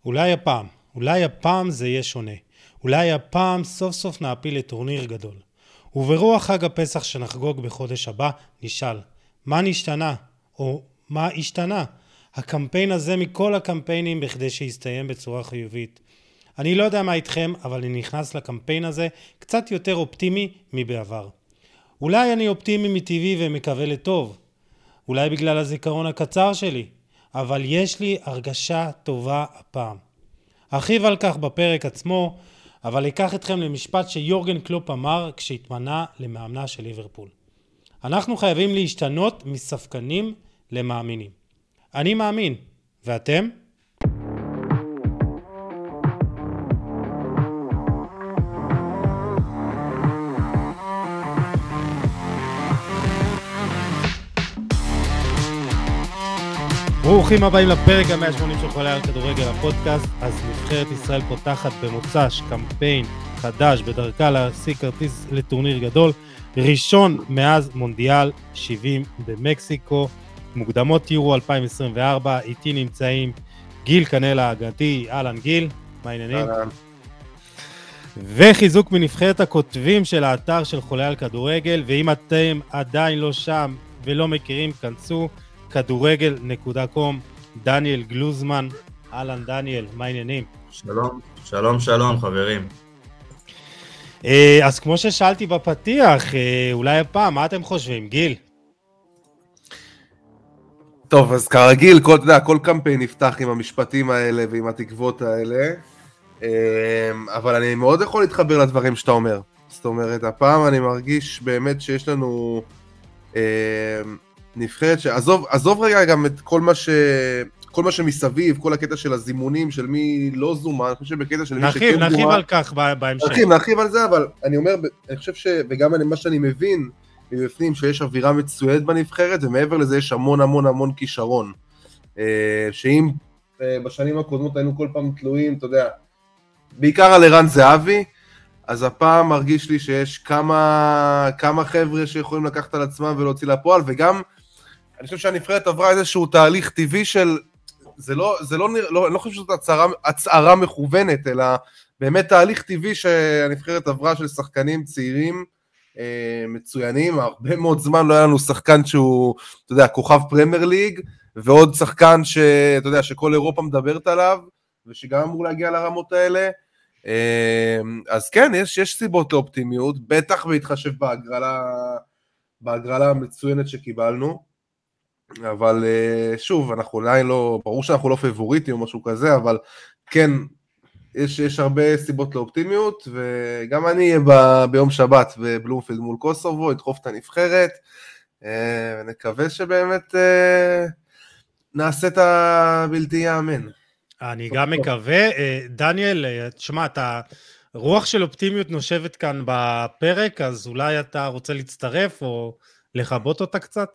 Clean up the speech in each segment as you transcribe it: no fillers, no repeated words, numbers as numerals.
אולי הפעם זה יהיה שונה. אולי הפעם סוף סוף נעפיל לטורניר גדול. וברוח חג הפסח שנחגוג בחודש הבא, נשאל, מה נשתנה? או מה השתנה? הקמפיין הזה מכל הקמפיינים בכדי שיסתיים בצורה חיובית. אני לא יודע מה איתכם, אבל אני נכנס לקמפיין הזה קצת יותר אופטימי מבעבר. אולי אני אופטימי מטבעי ומקווה לטוב. אולי בגלל הזיכרון הקצר שלי. אבל יש לי הרגשה טובה הפעם. ארחיב על כך בפרק עצמו, אבל אקח אתכם למשפט שיורגן קלופ אמר כשהתמנה למאמנה של ליברפול. אנחנו חייבים להשתנות מספקנים למאמינים. אני מאמין, ואתם? ברוכים הבאים לפרק ה-180 של חולה על כדורגל הפודקאסט. אז נבחרת ישראל פותחת במוצ"ש קמפיין חדש בדרכה להשיג כרטיס לטורניר גדול, ראשון מאז מונדיאל 70 במקסיקו, מוקדמות יורו 2024. איתי נמצאים גיל קנלה הגנתי, אהלן גיל, מה העניינים? וחיזוק מנבחרת הכותבים של האתר של חולה על כדורגל, ואם אתם עדיין לא שם ולא מכירים, כנסו כדורגל.com, דניאל גלוזמן. אהלן דניאל, מה העניינים? שלום חברים. אז כמו ששאלתי בפתיח, אולי הפעם, מה אתם חושבים, גיל? טוב, אז כרגיל, כל קמפיין נפתח עם המשפטים האלה ועם התקוות האלה, אבל אני מאוד יכול להתחבר לדברים שאתה אומר. זאת אומרת, הפעם אני מרגיש באמת שיש לנו נבחרת עזוב רגע גם את כל מה שמסביב, כל הקטע של הזימונים, של מי לא זומה, אני חושב שבקטע של מי שכן זומה. נרחיב על כך בהמשך. נרחיב על זה, אבל אני אומר, אני חושב וגם מה שאני מבין מבפנים, שיש אווירה מצוינת בנבחרת, ומעבר לזה יש המון כישרון. שאם בשנים הקודמות היינו כל פעם תלויים, אתה יודע, בעיקר על ערן זהבי, אז הפעם מרגיש לי שיש כמה חבר'ה שיכולים לקחת על עצמם ולהוציא לפועל, וגם אני חושב שהנבחרת עברה איזשהו תהליך טבעי של, אני לא חושב שזאת הצהרה מכוונת, אלא באמת תהליך טבעי שהנבחרת עברה של שחקנים צעירים מצוינים. הרבה מאוד זמן לא היה לנו שחקן שהוא, אתה יודע, כוכב פרמייר ליג, ועוד שחקן שאתה יודע, שכל אירופה מדברת עליו, ושגם אמור להגיע לרמות האלה. אז כן, יש סיבות לאופטימיות, בטח בהתחשב בהגרלה המצוינת שקיבלנו, אבל שוב, אנחנו עדיין לא, ברור שאנחנו לא פבוריטים או משהו כזה, אבל כן, יש הרבה סיבות לאופטימיות, וגם אני אהיה ביום שבת בבלומפילד מול קוסובו, אדחוף את הנבחרת, ונקווה שבאמת נעשה את הבלתי יאמן. אני גם מקווה. דניאל, תשמע, רוח של אופטימיות נושבת כאן בפרק, אז אולי אתה רוצה להצטרף או לחבות אותה קצת?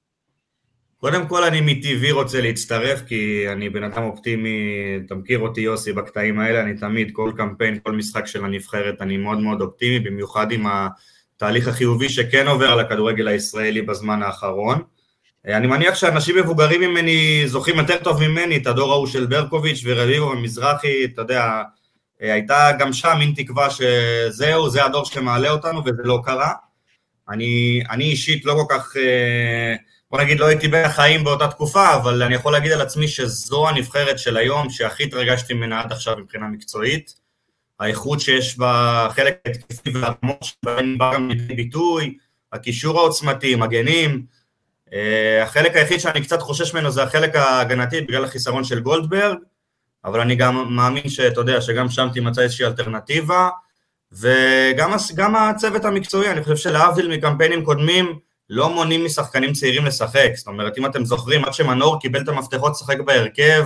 קודם כל אני מטבעי רוצה להצטרף, כי אני בן אדם אופטימי, אתה מכיר אותי יוסי בקטעים האלה, אני תמיד, כל קמפיין, כל משחק של הנבחרת, אני מאוד אופטימי, במיוחד עם התהליך החיובי שכן עובר על הכדורגל הישראלי בזמן האחרון. אני מניח שאנשים מבוגרים ממני זוכים יותר טוב ממני, את הדור ההוא של ברקוביץ' ורביבו ומזרחי, אתה יודע, הייתה גם שם מין תקווה שזהו, זה הדור שמעלה אותנו, וזה לא קרה. אני אישית לא כל כך, בוא נגיד, לא הייתי בחיים באותה תקופה, אבל אני יכול להגיד על עצמי שזו הנבחרת של היום, שהכי התרגשתי ממנה עד עכשיו מבחינה מקצועית. האיכות שיש בה חלק התקפי והרמות שבהן בא גם לידי ביטוי, הקישור העוצמתי, מגנים. החלק היחיד שאני קצת חושש ממנו זה החלק ההגנתי בגלל החיסרון של גולדברג, אבל אני גם מאמין שאתה יודע שגם שם תימצא איזושהי אלטרנטיבה, וגם הצוות המקצועי, אני חושב שלהבדיל מקמפיינים קודמים, לא מונעים משחקנים צעירים לשחק. זאת אומרת, אם אתם זוכרים, עד שמנור קיבל את המפתחות לשחק בהרכב,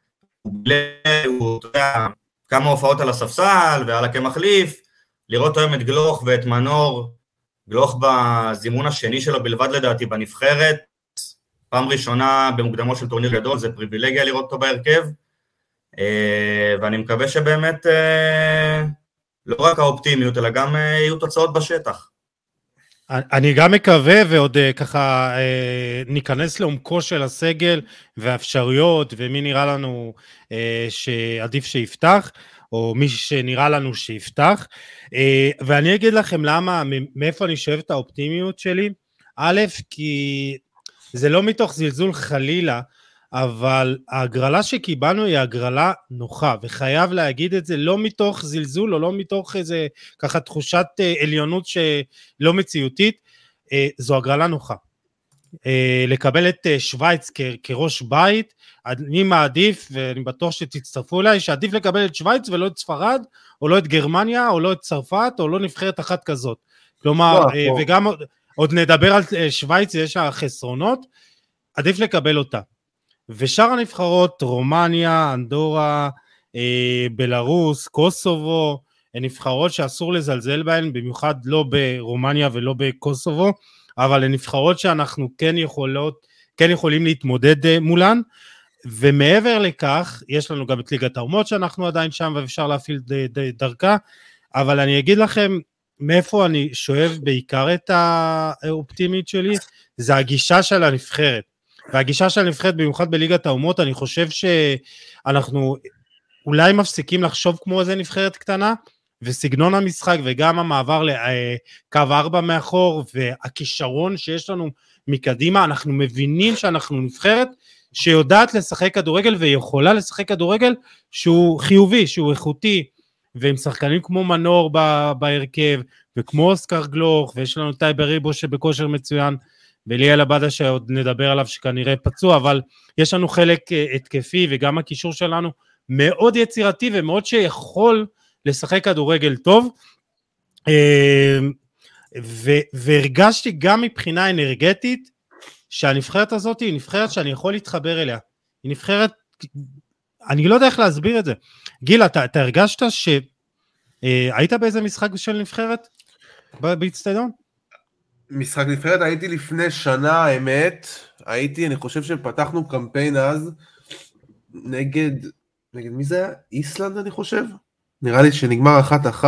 הוא אתה יודע, כמה הופעות על הספסל ועל כמחליף, לראות היום את גלוך ואת מנור, גלוך בזימון השני שלו בלבד לדעתי בנבחרת, פעם ראשונה במוקדמות של טורניר גדול, זה פריבילגיה לראות אותו בהרכב, ואני מקווה שבאמת לא רק האופטימיות, אלא גם יהיו תוצאות בשטח. אני גם מקווה, ועוד ככה ניכנס לעומקו של הסגל והאפשרויות, ומי נראה לנו שעדיף שיפתח, או מי שנראה לנו שיפתח, ואני אגיד לכם למה, מאיפה אני שואב את האופטימיות שלי. א', כי זה לא מתוך זלזול חלילה, אבל ההגרלה שקיבלנו היא הגרלה נוחה, וחייב להגיד את זה לא מתוך זלזול, או לא מתוך איזה ככה תחושת עליונות שלא מציאותית, זו הגרלה נוחה. לקבל את שוויץ כראש בית, אני מעדיף, ואני בטוח שתצטרפו אליי, שעדיף לקבל את שוויץ ולא את ספרד, או לא את גרמניה, או לא את צרפת, או לא נבחרת אחת כזאת. כלומר, וגם עוד נדבר על שוויץ, יש חסרונות, עדיף לקבל אותה. ושאר הנבחרות, רומניה, אנדורה, בלרוס, קוסובו, הן נבחרות שאסור לזלזל בהן, במיוחד לא ברומניה ולא בקוסובו, אבל הן נבחרות שאנחנו כן יכולים להתמודד מולן, ומעבר לכך, יש לנו גם את ליגת האומות שאנחנו עדיין שם, ואפשר להפעיל דרכה, אבל אני אגיד לכם, מאיפה אני שואב בעיקר את האופטימית שלי, זה הגישה של הנבחרת. והגישה של הנבחרת במיוחד בליגת האומות, אני חושב שאנחנו אולי מפסיקים לחשוב כמו איזה נבחרת קטנה, וסגנון המשחק וגם המעבר לקו 4 מאחור, והכישרון שיש לנו מקדימה, אנחנו מבינים שאנחנו נבחרת שיודעת לשחק כדורגל, ויכולה לשחק כדורגל שהוא חיובי, שהוא איכותי, ועם שחקנים כמו מנור בהרכב, וכמו אוסקר גלוך, ויש לנו טייבר ריבו שבכושר מצוין, וליאל עבדה שעוד נדבר עליו שכנראה פצוע, אבל יש לנו חלק התקפי, וגם הקישור שלנו מאוד יצירתי, ומאוד שיכול לשחק כדורגל טוב, והרגשתי גם מבחינה אנרגטית, שהנבחרת הזאת היא נבחרת שאני יכול להתחבר אליה, היא נבחרת, אני לא יודע איך להסביר את זה. גיל, אתה הרגשת שהיית באיזה משחק של נבחרת באצטדיון? משחק נבחרת הייתי לפני שנה, האמת, אני חושב שפתחנו קמפיין אז, נגד מי זה היה? איסלנד אני חושב? נראה לי שנגמר 1-1,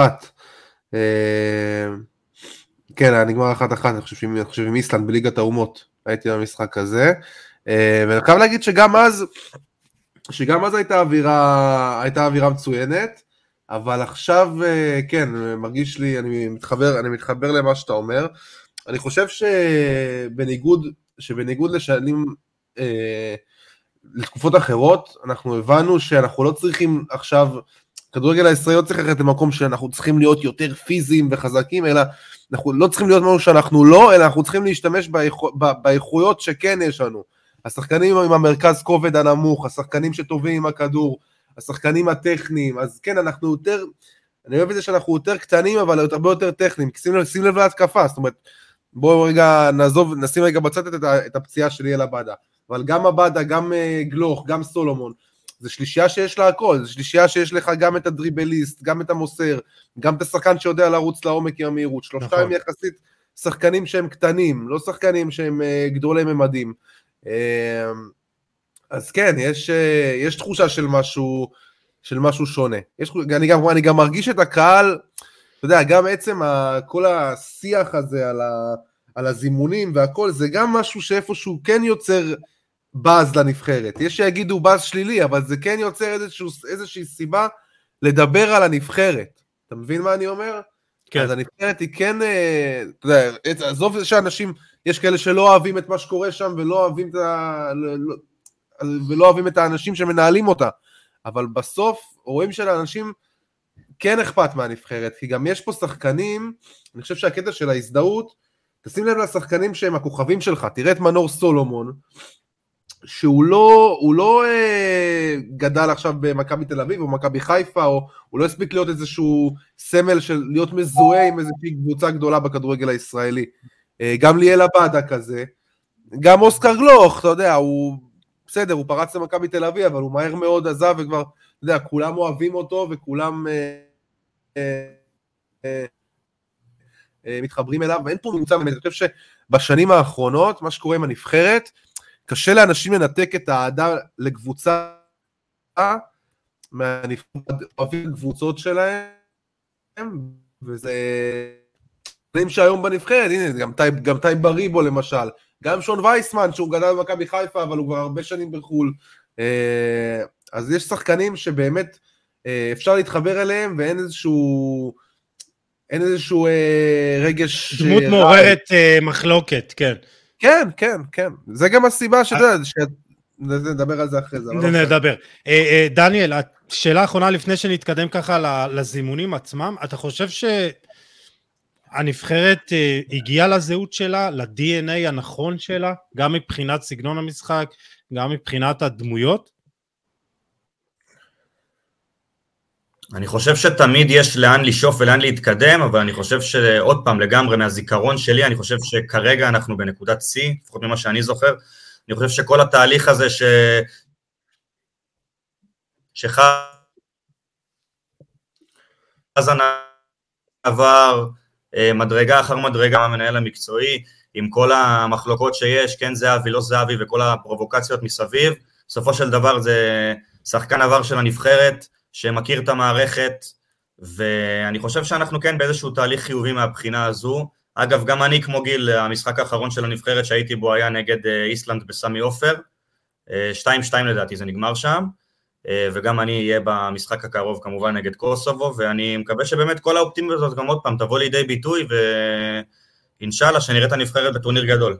כן, נגמר 1-1, אני חושב עם איסלנד בליגת האומות, הייתי במשחק הזה, ואני חייב להגיד שגם אז הייתה אווירה מצוינת, אבל עכשיו, כן, מרגיש לי, אני מתחבר למה שאתה אומר, אני חושב שבניגוד לשנים, לתקופות אחרות, אנחנו הבנו שאנחנו לא צריכים עכשיו, כדורגל הישראלי לא צריך ללכת למקום שאנחנו צריכים להיות יותר פיזיים וחזקים, אלא אנחנו לא צריכים להיות משהו שאנחנו לא, אלא אנחנו צריכים להשתמש באיכויות שכן יש לנו. השחקנים עם המרכז כובד הנמוך, השחקנים שטובים עם הכדור, השחקנים הטכניים, אז כן, אנחנו יותר, אני אוהב את זה שאנחנו יותר קטנים, אבל הרבה יותר טכניים, שים לב להתקפה, זאת אומרת, בואו רגע נשים רגע בצד את הפציעה של ליאל עבדה, אבל גם עבדה, גם גלוך, גם סולומון, זה שלישייה שיש לה הכל, זה שלישייה שיש לך גם את הדריבליסט, גם את המוסר, גם את השחקן שיודע לרוץ לעומק עם המהירות, שלושתם יחסית שחקנים שהם קטנים, לא שחקנים שהם גדולי ממדים, אז כן, יש תחושה של משהו שונה, אני גם מרגיש את הקהל, אתה יודע, גם עצם כל השיח הזה על הזימונים והכל, זה גם משהו שאיפשהו כן יוצר באז לנבחרת. יש שיגידו באז שלילי, אבל זה כן יוצר איזושהי סיבה לדבר על הנבחרת. אתה מבין מה אני אומר? כן. אז הנבחרת היא כן, אתה יודע, עזוב שאנשים, יש כאלה שלא אוהבים את מה שקורה שם, ולא אוהבים את האנשים שמנהלים אותה. אבל בסוף, רואים שלאנשים כן אכפת מהנבחרת, כי גם יש פה שחקנים, אני חושב שהקטע של ההזדהות, תשים לב לשחקנים שהם הכוכבים שלך, תראה את מנור סולומון, שהוא לא גדל עכשיו במכבי תל אביב, או מכבי חיפה, או הוא לא הספיק להיות איזשהו סמל של להיות מזוהה עם איזושהי קבוצה גדולה בכדורגל הישראלי. גם ליאל עבדה כזה, גם אוסקר גלוך, אתה יודע, בסדר, הוא פרץ למכבי תל אביב, אבל הוא מהר מאוד עזב, וכבר, אתה יודע, כולם אוהבים אותו, וכולם מתחברים אליו, ואין פה ממוצע, אני חושב שבשנים האחרונות, מה שקורה עם הנבחרת, קשה לאנשים לנתק את האהדה לקבוצה, מהנבחרת, אוהבים קבוצות שלהם, וזה שהיום בנבחרת, הנה, גם טי בריבו למשל, גם שון וייסמן, שהוא גדל במכבי חיפה, אבל הוא כבר הרבה שנים בחול. אז יש שחקנים שבאמת אפשר להתחבר אליהם, ואין איזשהו רגש... דמות מעוררת מחלוקת, כן. כן, כן, כן. זה גם הסיבה נדבר על זה אחרי זה. נדבר. דניאל, השאלה האחרונה לפני שנתקדם ככה לזימונים עצמם, אתה חושב שהנבחרת הגיעה לזהות שלה, ל-DNA הנכון שלה, גם מבחינת סגנון המשחק, גם מבחינת הדמויות? אני חושב שתמיד יש לאן לשאוף ולאן להתקדם, אבל אני חושב שעוד פעם לגמרי מהזיכרון שלי, אני חושב שכרגע אנחנו בנקודת C, לפחות ממה שאני זוכר, אני חושב שכל התהליך הזה שחזן עבר מדרגה אחר מדרגה המנהל המקצועי, עם כל המחלוקות שיש, כן זהבי, לא זהבי, וכל הפרובוקציות מסביב, בסופו של דבר זה שחקן עבר של הנבחרת, שמכיר את המערכת, ואני חושב שאנחנו כן באיזשהו תהליך חיובי מהבחינה הזו. אגב, גם אני כמו גיל, המשחק האחרון של הנבחרת שהייתי בו היה נגד איסלנד בסמי עופר, 2-2 לדעתי זה נגמר שם, וגם אני אהיה במשחק הקרוב כמובן נגד קוסובו, ואני מקווה שבאמת כל האופטימיות הזאת גם עוד פעם תבוא לידי ביטוי, ואינשאללה שנראה את הנבחרת בטורניר גדול.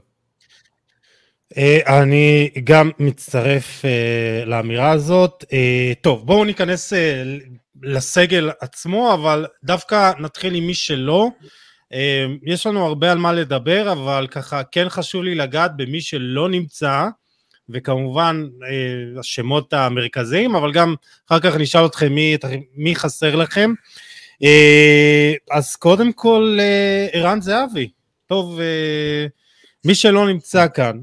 אני גם מצטרף לאמירה הזאת. טוב, בואו ניכנס לסגל עצמו, אבל דווקא נתחיל עם מי שלא. יש לנו הרבה על מה לדבר, אבל ככה כן חשוב לי לגעת במי שלא נמצא, וכמובן השמות המרכזיים, אבל גם אחר כך נשאל אתכם מי חסר לכם. אז קודם כל ערן זהבי. טוב, מי שלא נמצא כאן,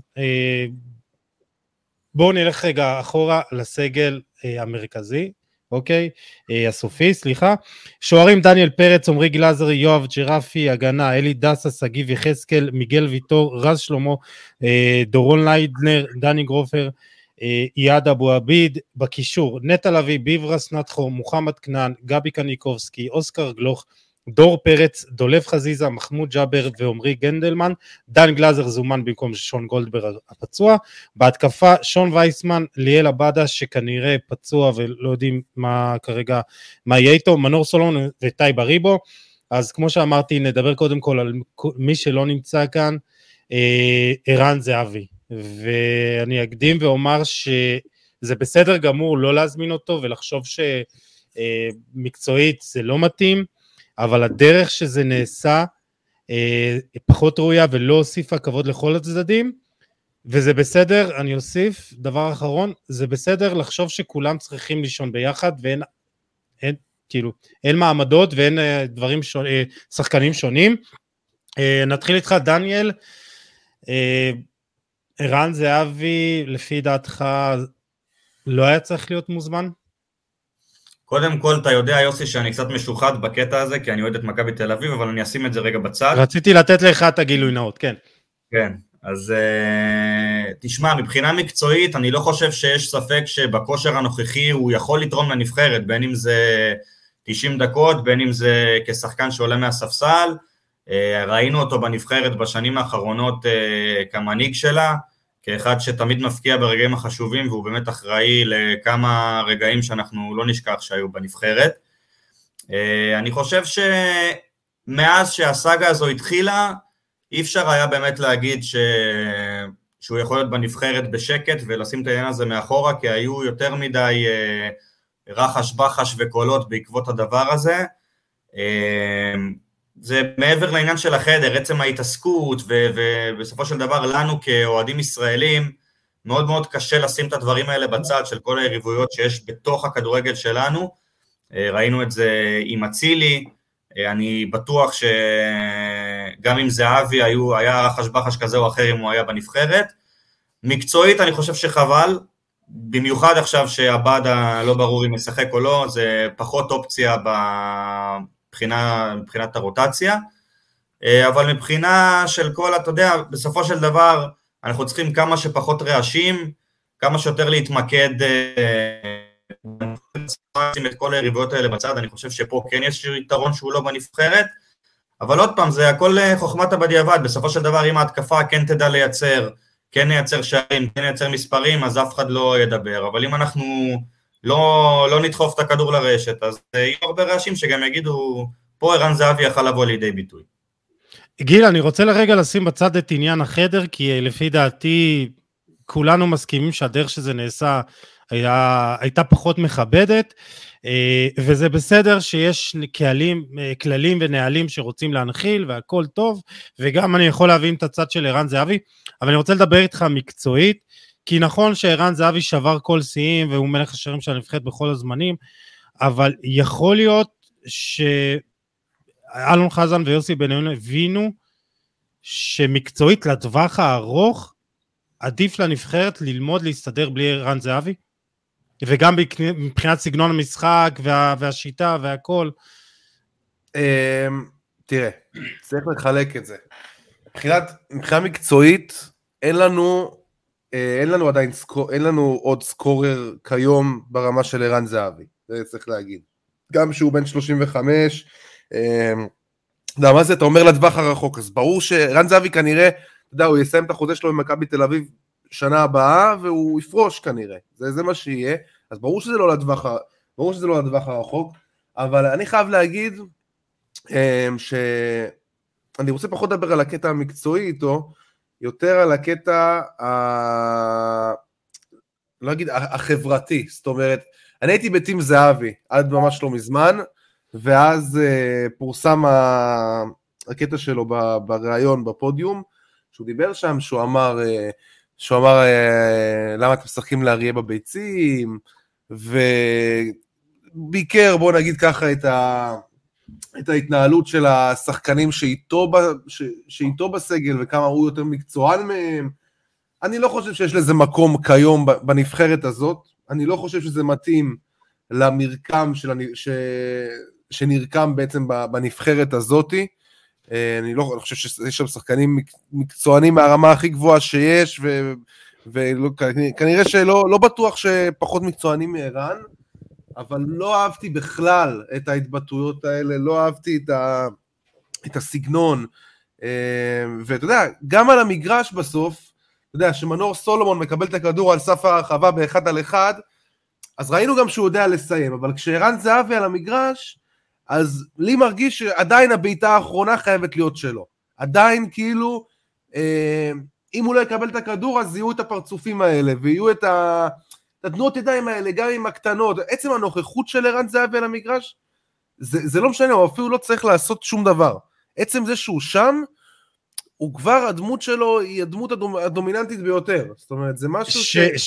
בואו נלך רגע אחורה לסגל המרכזי, אוקיי? הסופי, סליחה. שוערים דניאל פרץ, עמרי גלזר, יואב ג'רפי, הגנה, אלי דסה, סגיב יחזקאל, מיגל ויטור, רז שלמה, דורון ליידנר, דני גרופר, יעד אבו עביד, בקישור, נטע לביא, ביברס נתחו, מוחמד כנען, גבי קניקובסקי, אוסקר גלוך, דור פרץ, דולב חזיזה, מחמוד ג'אבר ועמרי גנדלמן, דן גלזר זומן במקום שון גולדברג הפצוע, בהתקפה שון וייסמן, ליאל עבדה שכנראה פצוע ולא יודעים כרגע מה יהיה איתו, מנור סולומון וטי בריבו. אז כמו שאמרתי נדבר קודם כל על מי שלא נמצא כאן, ערן זהבי, ואני אקדים ואומר שזה בסדר גמור לא להזמין אותו ולחשוב שמקצועית זה לא מתאים, אבל הדרך שזה נעשה פחות ראויה ולא הוסיפה כבוד לכל הצדדים, וזה בסדר. אני אוסיף דבר אחרון, זה בסדר לחשוב שכולם צריכים לישון ביחד, ואין אין מעמדות ואין דברים שחקנים שונים. נתחיל איתך דניאל, ערן זהבי לפי דעתך לא היה צריך להיות מוזמן? קודם כל, אתה יודע, יוסי, שאני קצת משוחד בקטע הזה, כי אני אוהד את מכבי תל אביב, אבל אני אשים את זה רגע בצד. רציתי לתת לך את הגילוי נאות, כן. כן, אז תשמע, מבחינה מקצועית, אני לא חושב שיש ספק שבכושר הנוכחי הוא יכול לתרום לנבחרת, בין אם זה 90 דקות, בין אם זה כשחקן שעולה מהספסל, ראינו אותו בנבחרת בשנים האחרונות כמנהיג שלה, כאחד שתמיד מפקיע ברגעים החשובים, והוא באמת אחראי לכמה רגעים שאנחנו לא נשכח שהיו בנבחרת. אני חושב שמאז שהסאגה הזו התחילה, אי אפשר היה באמת להגיד שהוא יכול להיות בנבחרת בשקט, ולשים את העניין הזה מאחורה, כי היו יותר מדי רחש בחש וקולות בעקבות הדבר הזה. זה מעבר לעניין של החדר, עצם ההתעסקות, ובסופו של דבר לנו כאוהדים ישראלים, מאוד מאוד קשה לשים את הדברים האלה בצד של כל היריבויות שיש בתוך הכדורגל שלנו. ראינו את זה עם אצילי, אני בטוח שגם עם זהבי היה רחש בחש כזה או אחר אם הוא היה בנבחרת. מקצועית אני חושב שחבל, במיוחד עכשיו שעבדה לא ברור אם משחק או לא, זה פחות אופציה מבחינת הרוטציה, אבל מבחינה של כל, אתה יודע, בסופו של דבר אנחנו צריכים כמה שפחות רעשים, כמה שיותר להתמקד את כל היריבויות האלה בצד. אני חושב שפה כן יש יתרון שהוא לא בנבחרת, אבל עוד פעם, זה הכל חוכמת הבדיעבד, בסופו של דבר אם ההתקפה כן תדע לייצר, כן נייצר שערים, כן נייצר מספרים, אז אף אחד לא ידבר, אבל אם אנחנו לא נדחוף את הכדור לרשת, אז יהיו הרבה רעשים שגם יגידו, פה ערן זהבי יכל לבוא לידי ביטוי. גיל, אני רוצה לרגע לשים בצד את עניין החדר, כי לפי דעתי כולנו מסכימים שהדרך שזה נעשה הייתה פחות מכבדת, וזה בסדר שיש כללים ונהלים שרוצים להנחיל והכל טוב, וגם אני יכול להבין את הצד של ערן זהבי, אבל אני רוצה לדבר איתך מקצועית, כי נכון שערן זהבי שבר כל שיאים והוא מלך השערים של הנבחרת בכל הזמנים, אבל יכול להיות שאלון חזן ויוסי בניון הבינו שמקצועית לטווח הארוך עדיף לנבחרת ללמוד להסתדר בלי ערן זהבי, וגם מבחינת סגנון המשחק והשיטה והכל. תראה, צריך לחלק את זה. מבחינה מקצועית, אין לנו עדיין אין לנו עוד סקורר כיום ברמה של ערן זהבי, זה צריך להגיד. גם שהוא בן 35, מה זה, אתה אומר לטווח הרחוק, אז ברור שערן זהבי כנראה, אתה יודע, הוא יסיים את החוזה שלו במכבי תל אביב שנה הבאה, והוא יפרוש כנראה, זה מה שיהיה, אז ברור שזה לא לטווח הרחוק, אבל אני חייב להגיד, שאני רוצה פחות לדבר על הקטע המקצועי איתו, יותר על הקטע, לא אגיד, החברתי, זאת אומרת, אני הייתי בטים זהבי, עד ממש לא מזמן, ואז פורסם הקטע שלו בראיון, בפודיום, שהוא דיבר שם, שהוא אמר למה אתם משחקים לאריה בביצים, וביקר, בוא נגיד ככה, את ההתנהלות של השחקנים שאיתו בסגל, וכמה הוא יותר מקצוען מהם. אני לא חושב שיש לזה מקום כיום בנבחרת הזאת, אני לא חושב שזה מתאים למרקם שנרקם בעצם בנבחרת הזאת, אני לא חושב שיש שם שחקנים מקצוענים מהרמה הכי גבוהה שיש, וכנראה שלא בטוח שפחות מקצוענים מערן, אבל לא אהבתי בכלל את ההתבטאויות האלה, לא אהבתי את הסגנון, ואתה יודע, גם על המגרש בסוף, אתה יודע, שמנור סולומון מקבל את הכדור על סף הרחבה באחד על אחד, אז ראינו גם שהוא יודע לסיים, אבל כשערן זהבי על המגרש, אז לי מרגיש שעדיין הבעיטה האחרונה חייבת להיות שלו. עדיין כאילו, אם הוא לא יקבל את הכדור, אז יהיו את הפרצופים האלה, ויהיו את התנועות ידיים האלה, גם עם הקטנות. עצם הנוכחות של ערן זהבי על המגרש, זה לא משנה, הוא אפילו לא צריך לעשות שום דבר. עצם זה שהוא שם, הוא כבר, הדמות שלו היא הדמות הדומיננטית ביותר. זאת אומרת, זה משהו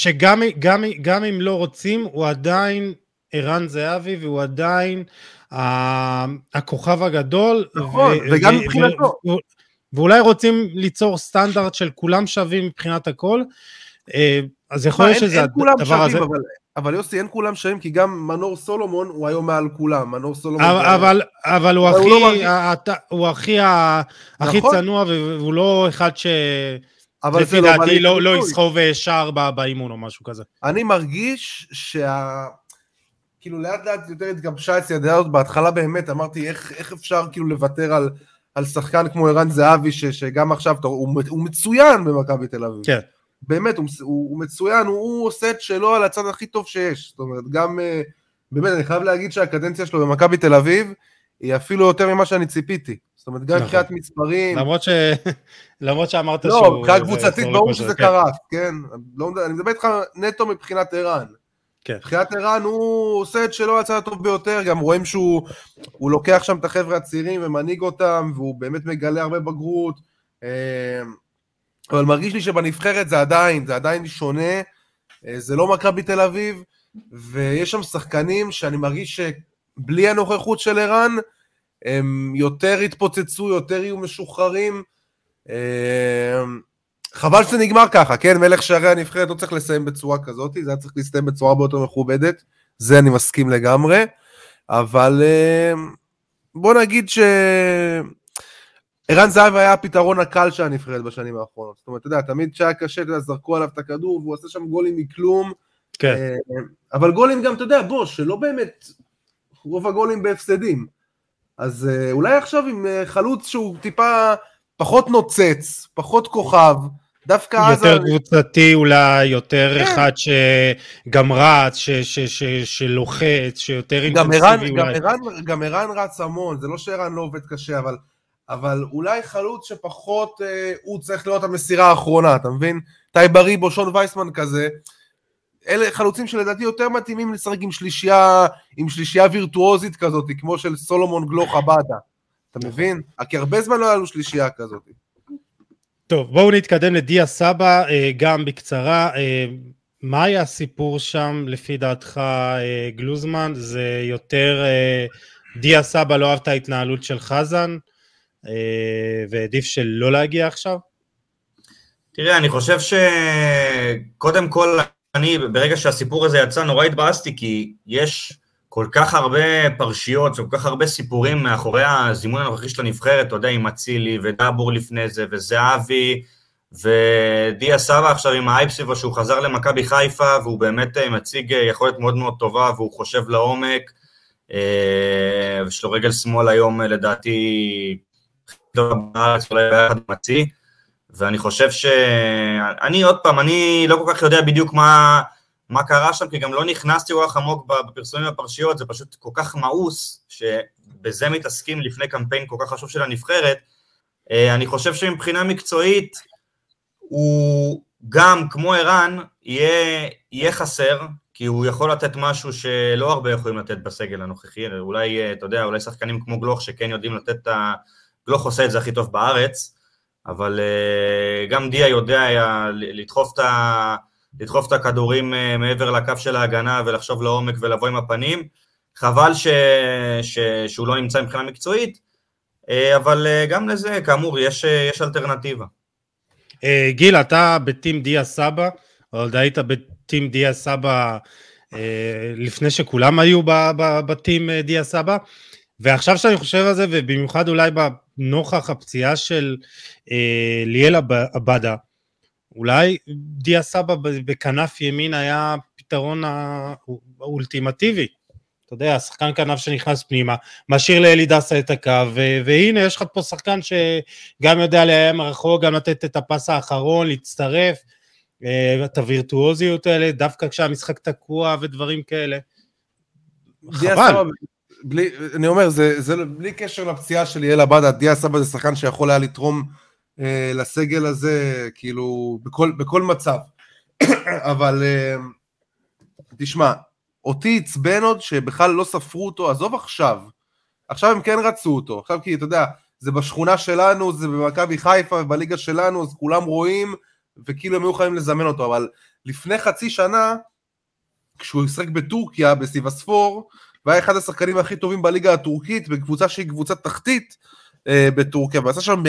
שגם אם לא רוצים, הוא עדיין ערן זהבי, והוא עדיין הכוכב הגדול. נכון, וגם מבחינתו. ואולי רוצים ליצור סטנדרט של כולם שווים מבחינת הכל, אז יכול להיות שזה הדבר הזה. אבל יוסי, אין כולם שווים, כי גם מנור סולומון הוא היום מעל כולם, מנור סולומון... אבל הוא הכי צנוע, והוא לא אחד לפי דעתי לא יסחוב שער באימון או משהו כזה. אני מרגיש כאילו לאט לאט יותר התגבשה אצלי הדעה הזאת, בהתחלה באמת אמרתי איך אפשר כאילו לוותר על שחקן כמו ערן זהבי, שגם עכשיו הוא מצוין במכבי תל אביב. כן. באמת, הוא מצוין, הוא עושה את שלו על הצד הכי טוב שיש, זאת אומרת, גם, באמת, אני חייב להגיד שהקדנציה שלו במכבי תל אביב, היא אפילו יותר ממה שאני ציפיתי, זאת אומרת, גם מבחינת מספרים. למרות שאמרת שהוא... לא, מבחינת קבוצתית, ברור שזה קרה, כן? אני מדבר איתך נטו מבחינת ערן. מבחינת ערן, הוא עושה את שלו על הצד הטוב ביותר, גם רואים שהוא לוקח שם את החבר'ה הצעירים ומנהיג אותם, והוא באמת מגלה הרבה בגרות, אבל מרגיש לי שבנבחרת זה עדיין שונה, זה לא מכבי תל אביב, ויש שם שחקנים שאני מרגיש שבלי הנוכחות של ערן, הם יותר התפוצצו, יותר יהיו משוחררים, חבל שזה נגמר ככה, כן, מלך שערי הנבחרת לא צריך לסיים בצורה כזאת, זה היה צריך להסתיים בצורה הרבה יותר מכובדת, זה אני מסכים לגמרי, אבל בוא נגיד ערן זהבי היה הפתרון הקל שהנבחרת בשנים האחרונות, זאת אומרת, אתה יודע, תמיד שהיה קשה, זרקו עליו את הכדור, והוא עושה שם גולים מכלום, כן. אבל גולים גם, אתה יודע, שלא באמת, רוב הגולים בהפסדים, אז אולי עכשיו עם חלוץ שהוא טיפה פחות נוצץ, פחות כוכב, דווקא אז... יותר קבוצתי אולי, יותר אחד שגם רץ, שלוחץ, שיותר אינטנסיבי אולי. גם ערן רץ המון, זה לא שערן לא עובד קשה, אבל אולי חלוץ שפחות הוא צריך לראות המסירה האחרונה, אתה מבין? טייברי בו, שון וייסמן כזה, אלה חלוצים שלדעתי יותר מתאימים לשחק עם שלישייה וירטואוזית כזאת, כמו של סולומון גלוך הבאדה, אתה מבין? כי הרבה זמן לא היה לו שלישייה כזאת. טוב, בואו נתקדם לדיה סבא, גם בקצרה, מה היה הסיפור שם לפי דעתך גלוזמן? זה יותר דיה סבא לא אהב את ההתנהלות של חזן, ועדיף שלא להגיע עכשיו? תראה, אני חושב שקודם כל, אני ברגע שהסיפור הזה יצא נורא התבאסתי, כי יש כל כך הרבה פרשיות, כל כך הרבה סיפורים מאחורי הזימון הנוכחי של הנבחרת, אתה יודע, עם אצילי ודאבור לפני זה, וזהבי, ודיה סבא עכשיו עם האייפסיבו, שהוא חזר למכבי חיפה, והוא באמת מציג יכולת מאוד מאוד טובה, והוא חושב לעומק, ויש לו רגל שמאל היום לדעתי, אולי ביחד מציא, ואני חושב אני עוד פעם, אני לא כל כך יודע בדיוק מה קרה שם, כי גם לא נכנסתי כל כך עמוק בפרסומים הפרשיות, זה פשוט כל כך מאוס, שבזה מתעסקים לפני קמפיין כל כך חשוב של הנבחרת. אני חושב שמבחינה מקצועית, הוא גם כמו ערן, יהיה חסר, כי הוא יכול לתת משהו שלא הרבה יכולים לתת בסגל הנוכחי, אולי, אתה יודע, אולי שחקנים כמו גלוך שכן יודעים לתת גלוך עושה את זה הכי טוב בארץ, אבל גם דיה יודע לדחוף את הכדורים מעבר לקו של ההגנה ולחשוב לעומק ולבוא עם הפנים, חבל שהוא לא נמצא מבחינה מקצועית, אבל גם לזה כאמור יש אלטרנטיבה. גיל, אתה בטים דיה סבא, או היית בטים דיה סבא לפני שכולם היו בטים דיה סבא, ועכשיו שאני חושב על זה, ובמיוחד אולי בנוכח הפציעה של ליאל עבדה, אולי דיה סבא בכנף ימין היה פתרון האולטימטיבי, אתה יודע, שחקן כנף שנכנס פנימה, משאיר לאלי דסה את הקו, והנה יש לך פה שחקן שגם יודע להיעם הרחוק, גם לתת את הפס האחרון, להצטרף, את הווירטואוזיות האלה, דווקא כשהמשחק תקוע ודברים כאלה, חבל. אני אומר, זה בלי קשר לפציעה של ליאל עבדה, דיה סבא זה שחקן שיכול היה לתרום לסגל הזה, כאילו, בכל מצב. אבל, תשמע, אותי עצבן עוד שבכלל לא ספרו אותו, עזוב עכשיו הם כן רצו אותו, עכשיו כי אתה יודע, זה בשכונה שלנו, זה במכבי חיפה ובליגה שלנו, אז כולם רואים, וכאילו הם היו חייבים לזמן אותו, אבל לפני חצי שנה, כשהוא ישחק בטורקיה, בסיבספור, והיה אחד השחקנים הכי טובים בליגה הטורקית, בקבוצה שהיא קבוצת תחתית בטורקיה, ועשה שם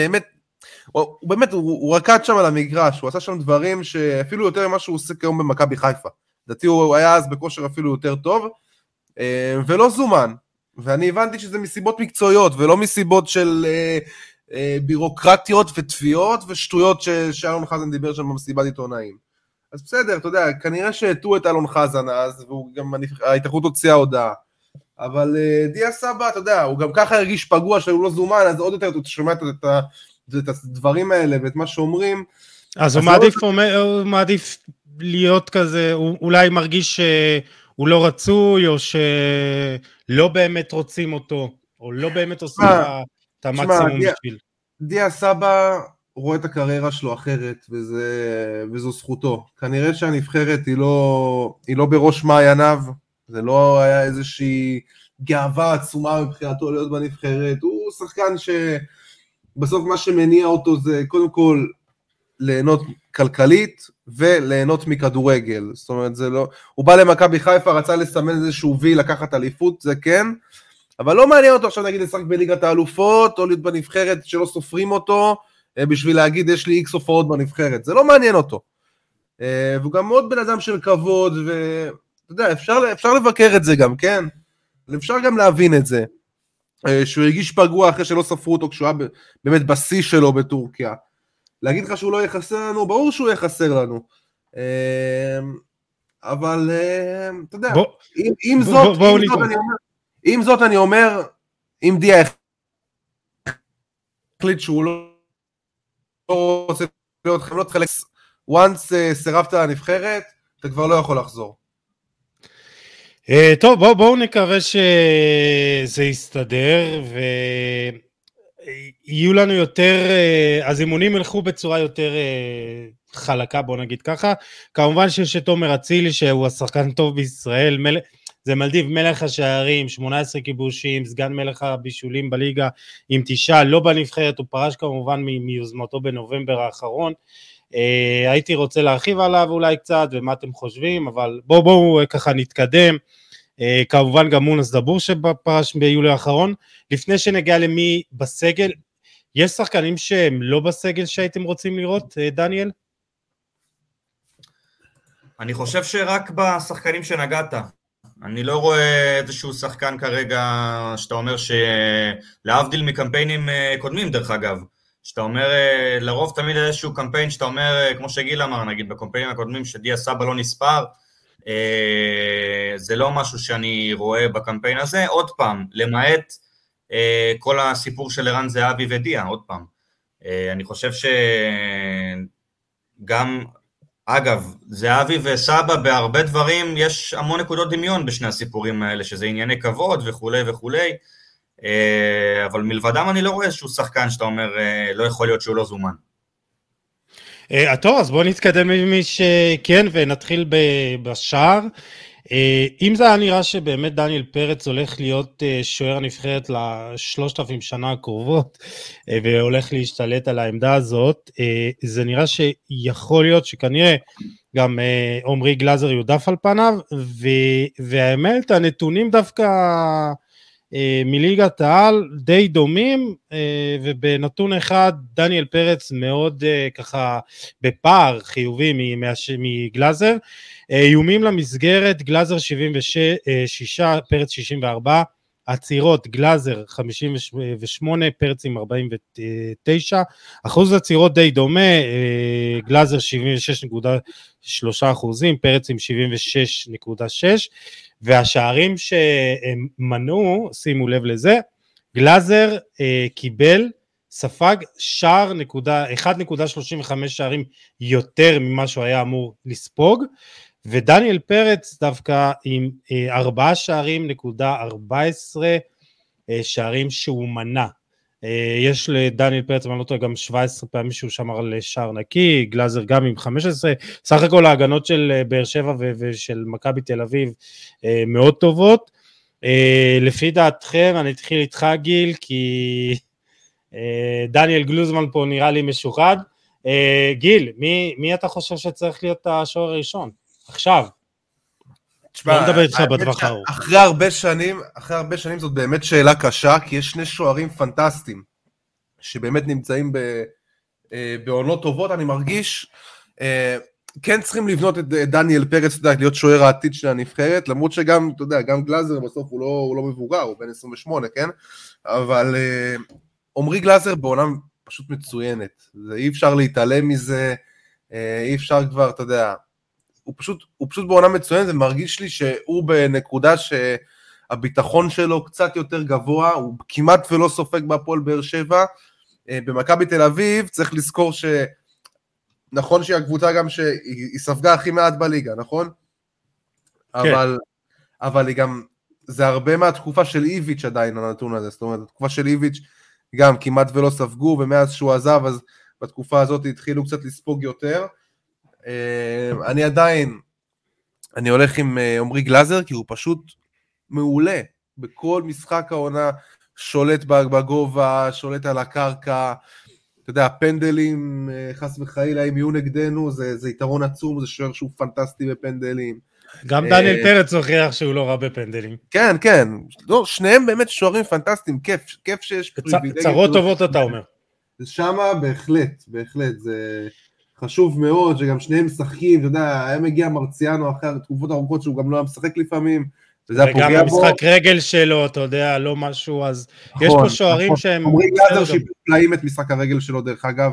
הוא רקד שם על המגרש, הוא עשה שם דברים שאפילו יותר ממה שהוא עושה כיום במכבי חיפה, לדעתי הוא היה אז בכושר אפילו יותר טוב, ולא זומן, ואני הבנתי שזה מסיבות מקצועיות, ולא מסיבות של בירוקרטיות ותביעות ושטויות שאלון חזן דיבר שם במסיבת עיתונאים. אז בסדר, אתה יודע, כנראה שהטעו את אלון חזן אז, וגם ההתאחדות הוציאה הודעה, אבל דיה סבא, אתה יודע, הוא גם ככה הרגיש פגוע שהוא לא זומן, אז עוד יותר אתה שומע את הדברים האלה ואת מה שאומרים. אז הוא מעדיף להיות כזה, הוא אולי מרגיש שהוא לא רצוי, או שלא באמת רוצים אותו, או לא באמת עושים את המקסימום בשביל. דיה סבא רואה את הקריירה שלו אחרת, וזו זכותו. כנראה שהנבחרת היא לא בראש מעייניו, זה לא היה איזושהי גאווה עצומה מבחינתו להיות בנבחרת, הוא שחקן שבסוף מה שמניע אותו זה קודם כל ליהנות כלכלית וליהנות מכדורגל, זאת אומרת זה לא, הוא בא למכבי חיפה, רצה לסמן איזשהו וי לקחת אליפות, זה כן, אבל לא מעניין אותו עכשיו נגיד לשחק בליגת האלופות, או להיות בנבחרת שלא סופרים אותו, בשביל להגיד יש לי איקס הופעות בנבחרת, זה לא מעניין אותו, והוא גם מאוד בן אדם של כבוד, ואתה יודע, אפשר לבקר את זה גם, כן? אפשר גם להבין את זה, שהוא הרגיש פגוע אחרי שלא ספרו אותו, כשהוא היה באמת בשיא שלו בטורקיה, להגיד לך שהוא לא יחסר לנו, ברור שהוא יחסר לנו, אבל אתה יודע, עם זאת אני אומר, אם דיה החליט שהוא לא רוצה להיות חמלות חלק, once סירבת לנבחרת, אתה כבר לא יכול לחזור. טוב, בואו נקווה שזה יסתדר, ויהיו לנו יותר, הזימונים ילכו בצורה יותר חלקה, בואו נגיד ככה. כמובן שיש את תומר אצילי, שהוא השחקן טוב בישראל, זה מלדיב, מלך השערים, 18 כיבושים, סגן מלך הבישולים בליגה, עם 9, לא בנבחרת, הוא פרש כמובן מיוזמתו בנובמבר האחרון. הייתי רוצה להרחיב עליו אולי קצת, ומה אתם חושבים, אבל בואו ככה נתקדם. כמובן גם מונס דבור שפרש ביולי האחרון. לפני שנגיע למי בסגל, יש שחקנים שהם לא בסגל שהייתם רוצים לראות, דניאל? אני חושב שרק בשחקנים שנגעת. אני לא רואה איזשהו שחקן כרגע שאתה אומר שלהבדיל מקמפיינים קודמים דרך אגב, שאתה אומר לרוב תמיד איזשהו קמפיין שאתה אומר, כמו שגיל אמר נגיד בקמפיינים הקודמים שדיה סבא לא נספר, זה לא משהו שאני רואה בקמפיין הזה, עוד פעם, למעט כל הסיפור של ערן זהבי ודיה, עוד פעם. אני חושב שגם אגב, זהבי וסבא בהרבה דברים, יש המון נקודות דמיון בשני הסיפורים האלה, שזה ענייני כבוד וכולי וכולי, אבל מלבדם אני לא רואה איזשהו שחקן שאתה אומר, לא יכול להיות שהוא לא זומן. טוב, אז בואו נתקדם ממי שכן, ונתחיל בשער. אם זה היה נראה שבאמת דניאל פרץ הולך להיות שוער הנבחרת ל3,000 שנה הקרובות, והולך להשתלט על העמדה הזאת, זה נראה שיכול להיות שכנראה גם עומרי גלאזר יודף על פניו, והאמת הנתונים דווקא מליגת העל די דומים, ובנתון אחד דניאל פרץ מאוד ככה בפער חיובי מגלאזר. איומים למסגרת, גלאזר 76, פרץ 64, עצירות גלאזר 58, פרץ עם 49, אחוז עצירות די דומה, גלאזר 76.3%, פרץ עם 76.6%, והשערים שמנעו, שימו לב לזה, גלאזר קיבל, ספג שער 1.35 שערים יותר ממה שהוא היה אמור לספוג, ודניאל פרץ דווקא עם 4 שערים, 14 שערים שהוא מנע. יש לדניאל פרץ, אני לא טועה, גם 17 פעמים שהוא שמר על שער נקי, גלאזר גם עם 15, סך הכל ההגנות של באר שבע ושל מכבי תל אביב מאוד טובות. לפי דעתכם, אני אתחיל איתך גיל, כי דניאל גלוזמן פה נראה לי משוחד. גיל, מי אתה חושב שצריך להיות השוער הראשון? עכשיו. לא מדבר איתך בטווח הארוך. אחרי הרבה שנים זאת באמת שאלה קשה, כי יש שני שוערים פנטסטיים, שבאמת נמצאים בעונות טובות. אני מרגיש, כן צריכים לבנות את דניאל פרץ, להיות שוער העתיד של הנבחרת, למרות שגם, אתה יודע, גם גלאזר בסוף הוא לא מבוגר, הוא בן 28, כן? אבל עומרי גלאזר בעונה פשוט מצוינת, אי אפשר להתעלם מזה, אי אפשר כבר, אתה יודע, הוא פשוט בעונה מצוינת, זה מרגיש לי שהוא בנקודה שהביטחון שלו קצת יותר גבוה, הוא כמעט ולא סופג בהפועל באר שבע, במכבי תל אביב צריך לזכור נכון שהיא הקבוצה גם שהיא ספגה הכי מעט בליגה, נכון? כן. אבל היא גם, זה הרבה מהתקופה של איביץ' עדיין הנתון הזה, זאת אומרת, התקופה של איביץ' גם כמעט ולא ספגו, ומאז שהוא עזב, אז בתקופה הזאת התחילו קצת לספוג יותר. אני הולך עם עומרי גלאזר, כי הוא פשוט מעולה, בכל משחק העונה, שולט בגובה, שולט על הקרקע, אתה יודע, הפנדלים, חס וחלילה, אם יהיו נגדנו, זה יתרון עצום, זה שוער שהוא פנטסטי בפנדלים. גם דניאל פרץ הוכיח שהוא לא רע בפנדלים. כן, כן, לא, שניהם באמת שוערים פנטסטיים, כיף שיש פריבילגיה. צרות טובות אתה אומר. זה שמה בהחלט, זה חשוב מאוד, שגם שניהם משחקים, אתה יודע, היה מגיע מרציאנו אחרי תקופות ארוכות שהוא גם לא היה משחק לפעמים, וגם המשחק רגל שלו, אתה יודע, לא משהו, אז יש פה שוערים שהם... עומרי גלאזר שיפלאים את משחק הרגל שלו, דרך אגב,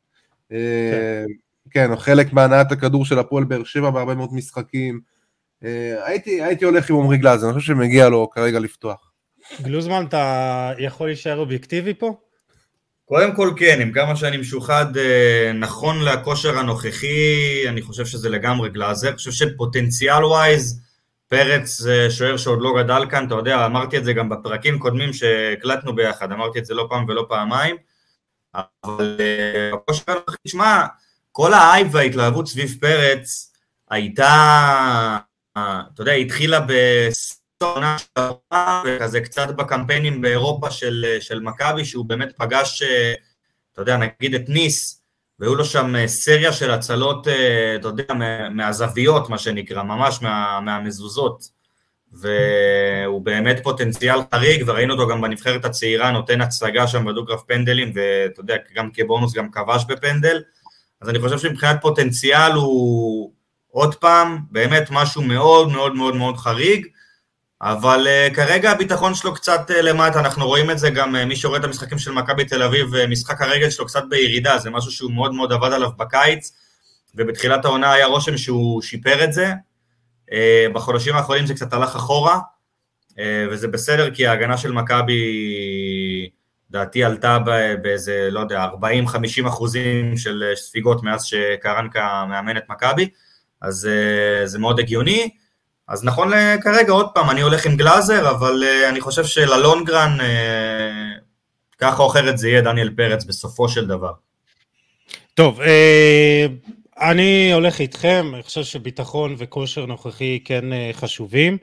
כן, הוא חלק מהנעת הכדור של הפועל באר שבע, בהרבה מאוד משחקים, הייתי הולך עם עומרי גלאזר, אני חושב שמגיע לו כרגע לפתוח. גלוזמן, אתה יכול להישאר אובייקטיבי פה? קודם כל כן, עם כמה שאני משוחד, נכון לכושר הנוכחי, אני חושב שזה לגמרי גלאזר, אני חושב שפוטנציאל ווייז, פרץ שוער שעוד לא גדל כאן, אתה יודע, אמרתי את זה גם בפרקים קודמים שהקלטנו ביחד, אמרתי את זה לא פעם ולא פעמיים, אבל בכושר הנוכחי, תשמע, כל האייב וההתלהבות סביב פרץ הייתה, אתה יודע, התחילה בסטונה וכזה קצת בקמפיינים באירופה של מכבי, שהוא באמת פגש, אתה יודע, נגיד את ניס, והיו לו שם סריה של הצלות, אתה יודע, מהזוויות, מה שנקרא, ממש מהמזוזות, והוא באמת פוטנציאל חריג, וראינו אותו גם בנבחרת הצעירה, נותן הצגה שם בדו-קרב פנדלים, ואתה יודע, גם כבונוס גם כבש בפנדל, אז אני חושב שמבחינת פוטנציאל הוא עוד פעם, באמת משהו מאוד מאוד מאוד מאוד חריג, אבל כרגע הביטחון שלו קצת למטה, אנחנו רואים את זה גם מי שרואה את המשחקים של מכבי תל אביב, משחק הרגל שלו קצת בירידה, זה משהו שהוא מאוד מאוד עבד עליו בקיץ, ובתחילת העונה היה רושם שהוא שיפר את זה, בחודשים האחרונים זה קצת הלך אחורה, וזה בסדר כי ההגנה של מכבי, דעתי עלתה באיזה, לא יודע, 40-50% של ספיגות מאז שקרנקה מאמן את מכבי, אז זה מאוד הגיוני, אז נכון כרגע, עוד פעם, אני הולך עם גלאזר, אבל אני חושב שללונגרן, ככה או אחרת זה יהיה דניאל פרץ בסופו של דבר. טוב, אני הולך איתכם, אני חושב שביטחון וכושר נוכחי כן חשובים,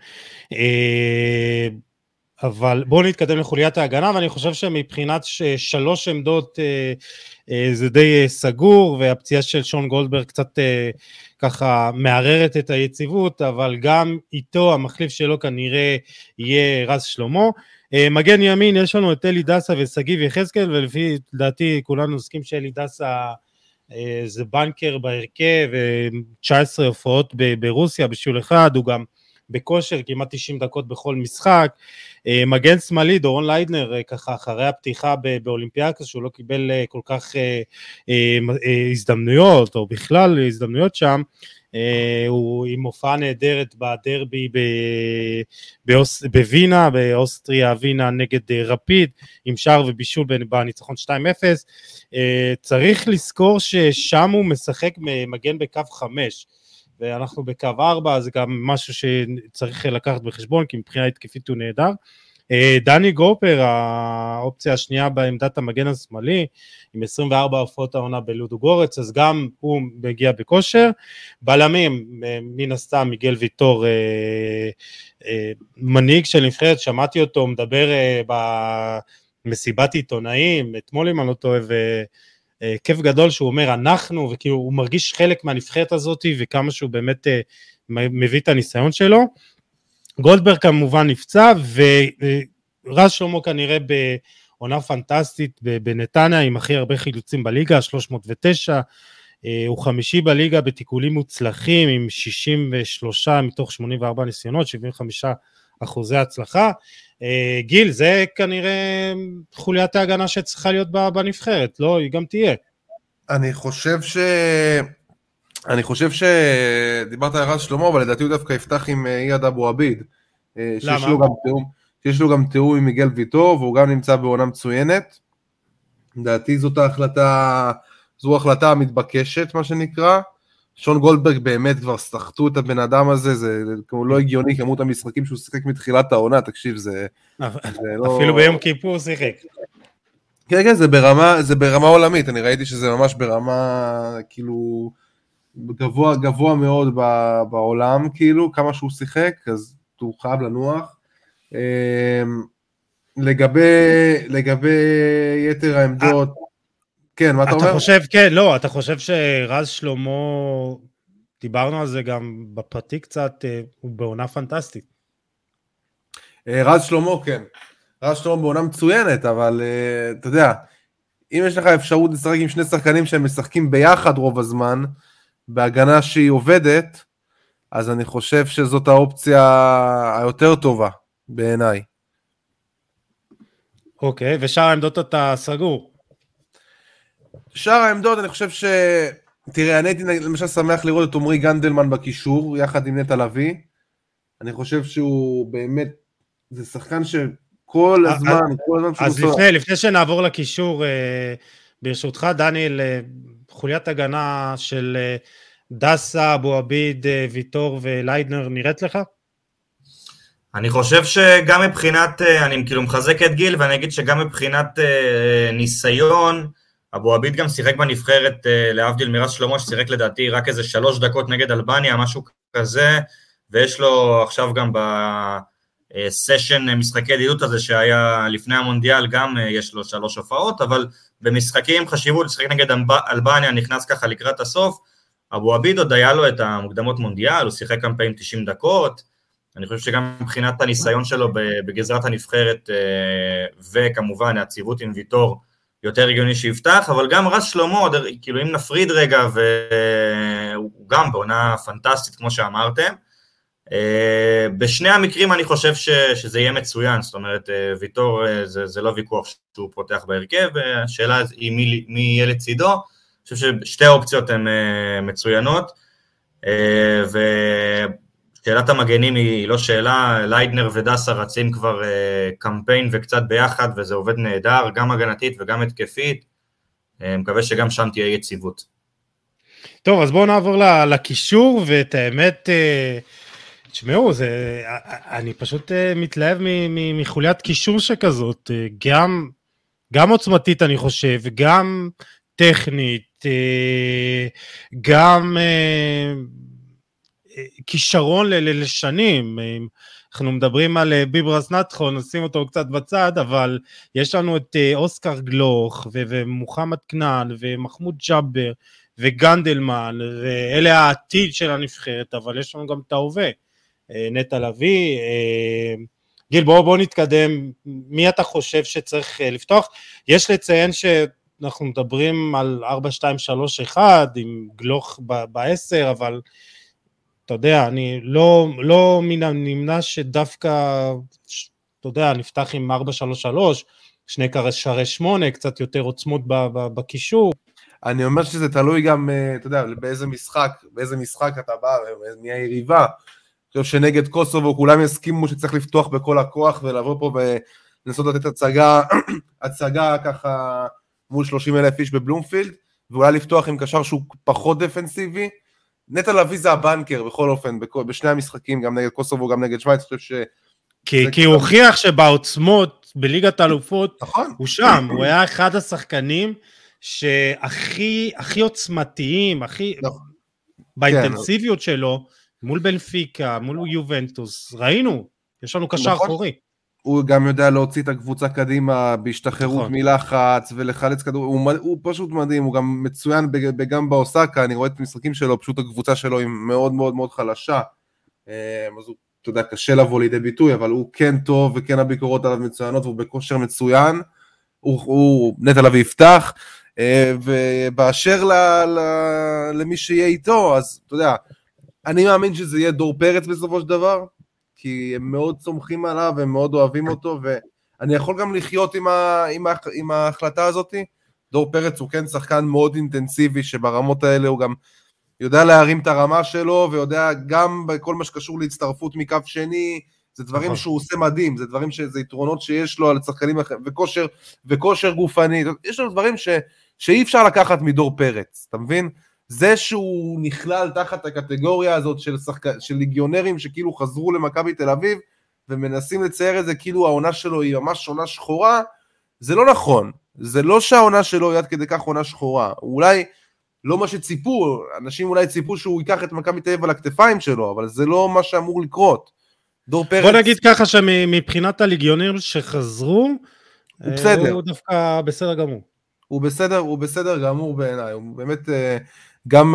אבל בואו נתקדם לחוליית ההגנה, ואני חושב שמבחינת 3 עמדות זה די סגור, והפציעה של שון גולדברג קצת ככה מערערת את היציבות, אבל גם איתו המחליף שלו כנראה יהיה רז שלמה. מגן ימין יש לנו את אלי דסה וסגיב יחזקאל, ולפי דעתי כולנו עוסקים שאלי דסה זה בנקר בהרכב, 19 הופעות ברוסיה בשיעול אחד, הוא גם בכושר כמעט 90 דקות בכל משחק. מגן שמאלי דורון ליידנר ככה אחרי הפתיחה באולימפיאקוס שהוא לא קיבל כל כך הזדמנויות או בכלל הזדמנויות שם, הוא עם הופעה נהדרת בדרבי בווינה, באוסטריה ווינה נגד רפיד, עם שער ובישול בניצחון 2-0. צריך לזכור ששם הוא משחק מגן בקו 5, ואנחנו בקו 4, זה גם משהו שצריך לקחת בחשבון, כי מבחינה התקפית הוא נהדר. דני גופר, האופציה השנייה בעמדת המגן השמאלי, עם 24 הופעות העונה בלודו גורץ, אז גם הוא מגיע בכושר. בלמים, מן הסתם מיגל ויטור, מנהיג של נבחרת, שמעתי אותו מדבר במסיבת עיתונאים, אתמול אם אני לא טועה, כיף גדול שהוא אומר אנחנו, וכאילו הוא מרגיש חלק מהנבחרת הזאת, וכמה שהוא באמת מביא את הניסיון שלו. גולדברג כמובן נפצע, ורז שלמה כנראה בעונה פנטסטית בנתניה, עם הכי הרבה חילוצים בליגה, 309, הוא 5 בליגה בתיקולים מוצלחים, עם 63 מתוך 84 ניסיונות, 75% הצלחה. גיל, זה כנראה חוליית ההגנה שצריכה להיות בנבחרת, לא? היא גם תהיה. אני חושב שדיברת על רז שלמה, אבל לדעתי הוא דווקא יפתח עם אייד אבו עביד. למה? שיש לו גם תיאום עם מיגל ויטור, והוא גם נמצא בעונה מצוינת. לדעתי זו החלטה המתבקשת, מה שנקרא. שון גולדברג באמת כבר סחטו את הבן אדם הזה, זה כמו לא הגיוני, כמות המשחקים שהוא שיחק מתחילת העונה, תקשיב, זה לא... אפילו ביום כיפור שיחק. כן, כן, זה ברמה עולמית, אני ראיתי שזה ממש ברמה, כאילו, גבוה מאוד בעולם, כאילו, כמה שהוא שיחק, אז הוא חייב לנוח. לגבי יתר העמדות, כן, מה אתה אומר? אתה חושב שרז שלמה, דיברנו על זה גם בפרטי קצת, הוא בעונה פנטסטית. רז שלמה, כן. רז שלמה בעונה מצוינת, אבל אתה יודע, אם יש לך אפשרות לשחק עם 2 שחקנים שהם משחקים ביחד רוב הזמן, בהגנה שהיא עובדת, אז אני חושב שזאת האופציה היותר טובה בעיניי. אוקיי, ושאר העמדות אתה סגור? שאר העמדות, אני חושב תראה, אני הייתי למשל שמח לראות את עומרי גנדלמן בקישור, יחד עם נטע לביא. אני חושב שהוא באמת, זה שחקן כל הזמן, כל הזמן. אז לפני שנעבור לקישור, ברשותך, דניאל, חוליית הגנה של דסה, אבו עביד, ויטור וליידנר נראית לך? אני חושב שגם מבחינת, אני כאילו מחזק את גיל, ואני אגיד שגם מבחינת ניסיון, אבו עביד גם שיחק בנבחרת, להבדיל מרז שלמה, ששיחק לדעתי רק איזה 3 דקות נגד אלבניה, משהו כזה, ויש לו עכשיו גם בסשן משחקי ידידות הזה, שהיה לפני המונדיאל, גם יש לו 3 הופעות, אבל במשחקים חשיבות, לשחק נגד אלבניה, נכנס ככה לקראת הסוף, אבו עביד עוד היה לו את המוקדמות מונדיאל, הוא שיחק כמה פעמים 90 דקות, אני חושב שגם מבחינת הניסיון שלו בגזרת הנבחרת, וכמובן הציוות עם ויטור, יותר הגיוני שיפתח, אבל גם רז שלמה, כאילו אם נפריד רגע, והוא גם בעונה פנטסטית, כמו שאמרתם, בשני המקרים אני חושב שזה יהיה מצוין, זאת אומרת, ויטור זה לא ויכוח שהוא פותח בהרכב, השאלה היא מי יהיה לצידו, אני חושב ששתי האופציות הן מצוינות, ושאלת המגנים היא לא שאלה, ליידנר ודסה רצים כבר קמפיין וקצת ביחד, וזה עובד נהדר, גם הגנתית וגם התקפית, מקווה שגם שם תהיה יציבות. טוב, אז בואו נעבור לקישור, ואת האמת, תשמעו, אני פשוט מתלהב מחוליית קישור שכזאת, גם עוצמתית אני חושב, גם טכנית, גם כישרון לשנים. אנחנו מדברים על ביברס נתחון, נשים אותו קצת בצד, אבל יש לנו את אוסקר גלוך ומוחמד כנען ומחמוד ג'אבר וגנדלמן, ואלה העתיד של הנבחרת, אבל יש לנו גם את ההווה, נטע לביא. גיל, בואו נתקדם. מי אתה חושב שצריך לפתוח? יש לציין שאנחנו מדברים על 4-2-3-1 עם גלוך ב-10, אבל אתה יודע, אני לא נמנע שדווקא, אתה יודע, נפתח עם 4-3-3, שני קשרי 8, קצת יותר עוצמות בקישור. אני אומר שזה תלוי גם, אתה יודע, באיזה משחק אתה בא, מי היריבה. אני חושב שנגד קוסובו כולם יסכימו שצריך לפתוח בכל הכוח, ולבוא פה ולנסות לתת הצגה ככה מול 30,000 איש בבלומפילד, ואולי לפתוח עם קשר שהוא פחות דפנסיבי. נטע לביא זה הבנקר בכל אופן, בשני המשחקים, גם נגד קוסובו, גם נגד שווייץ, אני חושב כי הוא הוכיח שבעוצמות, בליגת האלופות, נכון. הוא שם, הוא היה אחד השחקנים שהכי עוצמתיים, הכי באינטנסיביות שלו, מול בנפיקה, מול יובנטוס, ראינו, יש לנו קשר אחורי. הוא גם יודע להוציא את הקבוצה קדימה, בהשתחררות מלחץ, ולחלץ כדור, הוא פשוט מדהים, הוא גם מצוין גם באוסקה, אני רואה את המשחקים שלו, פשוט הקבוצה שלו היא מאוד מאוד מאוד חלשה, אז הוא, אתה יודע, קשה לבוא לידי ביטוי, אבל הוא כן טוב, וכן הביקורות עליו מצוינות, והוא בכושר מצוין, הוא נטע לביא יפתח, ובאשר למי שיהיה איתו, אז אתה יודע, אני מאמין שזה יהיה דור פרץ בסופו של דבר, כי הם מאוד צומחים עליו, והם מאוד אוהבים אותו, ואני יכול גם לחיות עם ההחלטה הזאת. דור פרץ הוא כן שחקן מאוד אינטנסיבי, שברמות האלה הוא גם יודע להרים את הרמה שלו, ויודע גם בכל מה שקשור להצטרפות מקו שני, זה דברים שהוא עושה מדהים, זה דברים שזה יתרונות שיש לו על שחקנים אחרים, וכושר גופני, יש לו דברים שאי אפשר לקחת מדור פרץ, אתה מבין? זה שהוא נכלל תחת הקטגוריה הזאת של ליגיונרים שכאילו חזרו למכבי תל אביב, ומנסים לצייר את זה כאילו העונה שלו היא ממש עונה שחורה, זה לא נכון, זה לא שהעונה שלו היא עד כדי כך עונה שחורה, אולי לא מה שציפו, אנשים אולי ציפו שהוא ייקח את מכבי תל אביב על הכתפיים שלו, אבל זה לא מה שאמור לקרות. דור פרץ... בוא נגיד ככה שמבחינת הליגיונרים שחזרו, הוא בסדר. הוא דווקא בסדר גמור. הוא בסדר גמור בעיניי, הוא באמת... גם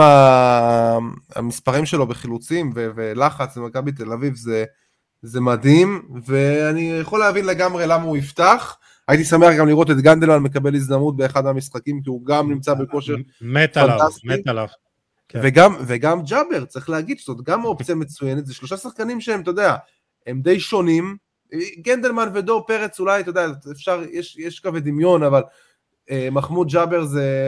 המספרים שלו בחילוצים ולחץ במכבי תל אביב זה מדהים, ואני יכול להבין לגמרי למה הוא יפתח. הייתי שמח גם לראות את גנדלמן מקבל הזדמנות באחד מהמשחקים, כי הוא גם נמצא בכושר פנטסטי. מת עליו. וגם ג'אבר, צריך להגיד שזאת גם אופציה מצוינת, זה 3 שחקנים שהם, אתה יודע, הם די שונים, גנדלמן ודור פרץ אולי, אתה יודע, אפשר, יש קווי דמיון, אבל מחמוד ג'אבר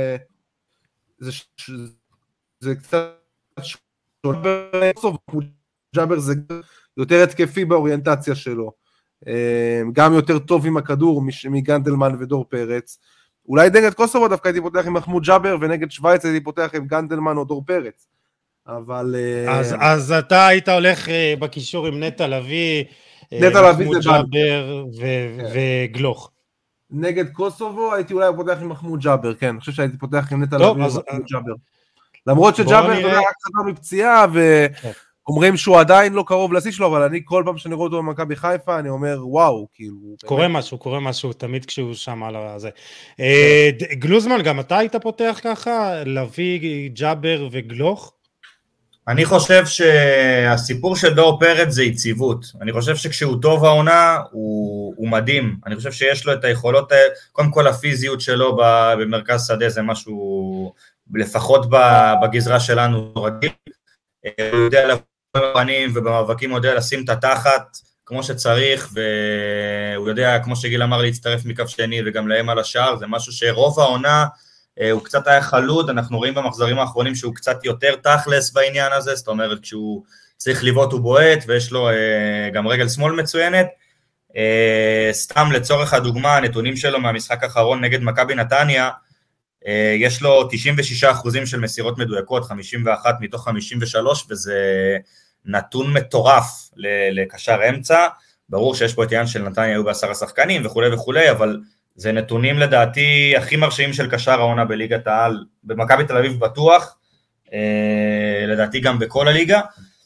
זה קצת שונה, ג'אבר זה יותר התקפי באוריינטציה שלו, גם יותר טוב עם הכדור מגנדלמן ודור פרץ, אולי נגד קוסובו דווקא הייתי פותח עם מחמוד ג'אבר, ונגד שוויץ הייתי פותח עם גנדלמן או דור פרץ, אבל... אז אתה היית הולך בקישור עם נטע לביא, מחמוד ג'אבר וגלוך. נגד קוסובו הייתי אולי פותח עם מחמוד ג'אבר, כן, אני חושב שהייתי פותח עם נטע לביא ומחמוד ג'אבר. למרות שג'אבר רק חזר מפציעה, ואומרים שהוא עדיין לא קרוב לשיא שלו, אבל אני כל פעם שאני רואה אותו במכבי חיפה, אני אומר וואו, כאילו... קורה משהו, תמיד כשהוא שם על הזה. גלוזמן, גם אתה היית פותח ככה? לביא, ג'אבר וגלוך? אני חושב שהסיפור של דור פרץ זה יציבות. אני חושב שכשהוא טוב העונה, הוא מדהים. אני חושב שיש לו את היכולות, קודם כל הפיזיות שלו במרכז שדה, זה משהו, לפחות בגזרה שלנו, רגיל. הוא יודע לבוא בפנים ובמאבקים הוא יודע לשים את התחת כמו שצריך, והוא יודע, כמו שגיל אמר, להצטרף מקו שני וגם להם על השאר, זה משהו שרוב העונה, הוא קצת היה חלוד, אנחנו רואים במחזרים האחרונים שהוא קצת יותר תכלס בעניין הזה, זאת אומרת כשהוא צריך לבעוט הוא בועט, ויש לו גם רגל שמאל מצוינת, סתם לצורך הדוגמה, הנתונים שלו מהמשחק האחרון נגד מכבי נתניה, יש לו 96% של מסירות מדויקות, 51 מתוך 53, וזה נתון מטורף לקשר אמצע, ברור שיש פה את עניין של נתניה, היו ב10 שחקנים וכו' וכו', אבל זה נתונים לדעתי הכי מרשימים של קשר העונה בליגת העל, במכבי תל אביב בטוח, לדעתי גם בכל הליגה,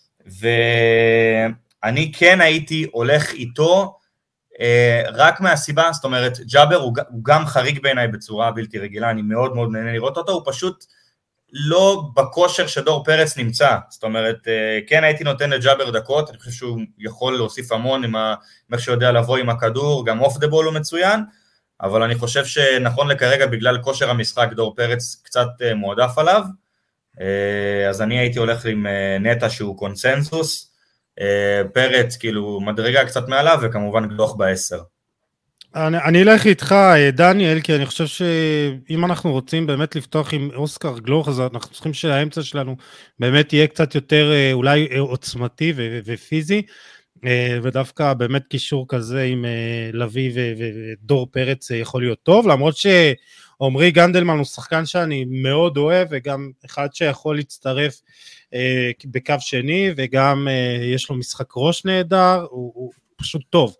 ואני כן הייתי הולך איתו, רק מהסיבה, זאת אומרת, ג'אבר הוא גם חריג בעיניי בצורה בלתי רגילה, אני מאוד מאוד נהנה לראות אותו, הוא פשוט לא בכושר שדור פרץ נמצא, זאת אומרת, כן הייתי נותן לג'אבר דקות, אני חושב שהוא יכול להוסיף המון, עם איך שהוא יודע לבוא עם הכדור, גם אוף דה בול הוא מצוין, אבל אני חושב שנכון לכרגע, בגלל כושר המשחק, דור פרץ קצת מועדף עליו, אז אני הייתי הולך עם נטע שהוא קונסנזוס, פרץ כאילו מדרגה קצת מעליו, וכמובן גלוך ב10. אני אלך איתך דניאל, כי אני חושב שאם אנחנו רוצים באמת לפתוח עם אוסקר גלוך, אז אנחנו צריכים שהאמצע שלנו באמת יהיה קצת יותר אולי עוצמתי ופיזי, ודווקא באמת קישור כזה עם לביא ודור פרץ יכול להיות טוב, למרות שעומרי גנדלמן הוא שחקן שאני מאוד אוהב, וגם אחד שיכול להצטרף בקו שני, וגם יש לו משחק ראש נהדר, הוא פשוט טוב.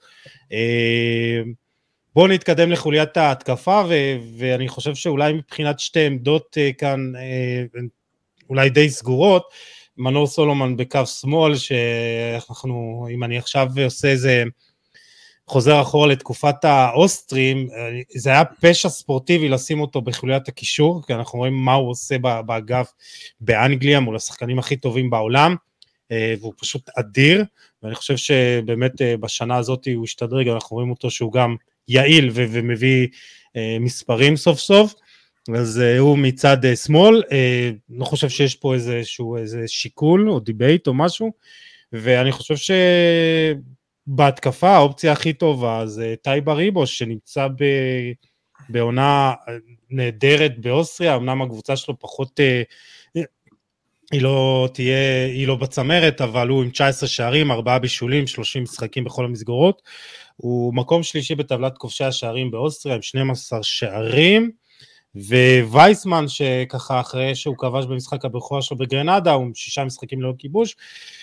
בואו נתקדם לחוליית ההתקפה, ואני חושב שאולי מבחינת שתי עמדות כאן, אולי די סגורות, מנור סולומון בקו שמאל, שאנחנו, אם אני עכשיו עושה איזה חוזר אחורה לתקופת האוסטרים, זה היה פשע ספורטיבי לשים אותו בחוליית הקישור, כי אנחנו רואים מה הוא עושה באגף באנגליה, מול השחקנים הכי טובים בעולם, והוא פשוט אדיר, ואני חושב שבאמת בשנה הזאת הוא השתדרג, אנחנו רואים אותו שהוא גם יעיל ומביא מספרים סוף סוף, אז הוא מצד שמאל, לא חושב שיש פה איזה שיקול או דיבייט או משהו, ואני חושב שבהתקפה האופציה הכי טובה זה טייבה ריבוש, שנמצא בעונה נהדרת באוסטריה, אמנם הקבוצה שלו פחות, היא לא בצמרת, אבל הוא עם 19 שערים, 4 בישולים, 30 משחקים בכל המסגרות, הוא מקום שלישי בטבלת כובשי השערים באוסטריה, עם 12 שערים, ווייסמן שככה אחרי שהוא כבש במשחק הבכורה שלו בגרנדה, הוא עם 6 משחקים ללא כיבוש,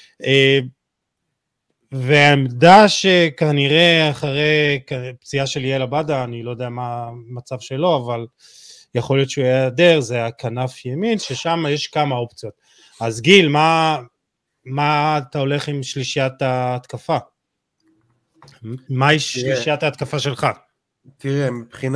והעמדה שכנראה אחרי פציעה של יאל עבדה, אני לא יודע מה המצב שלו, אבל יכול להיות שהוא יעדר, זה הכנף ימין, ששם יש כמה אופציות. אז גיל, מה אתה הולך עם שלישיית ההתקפה? מה היא שלישיית ההתקפה שלך? תראה,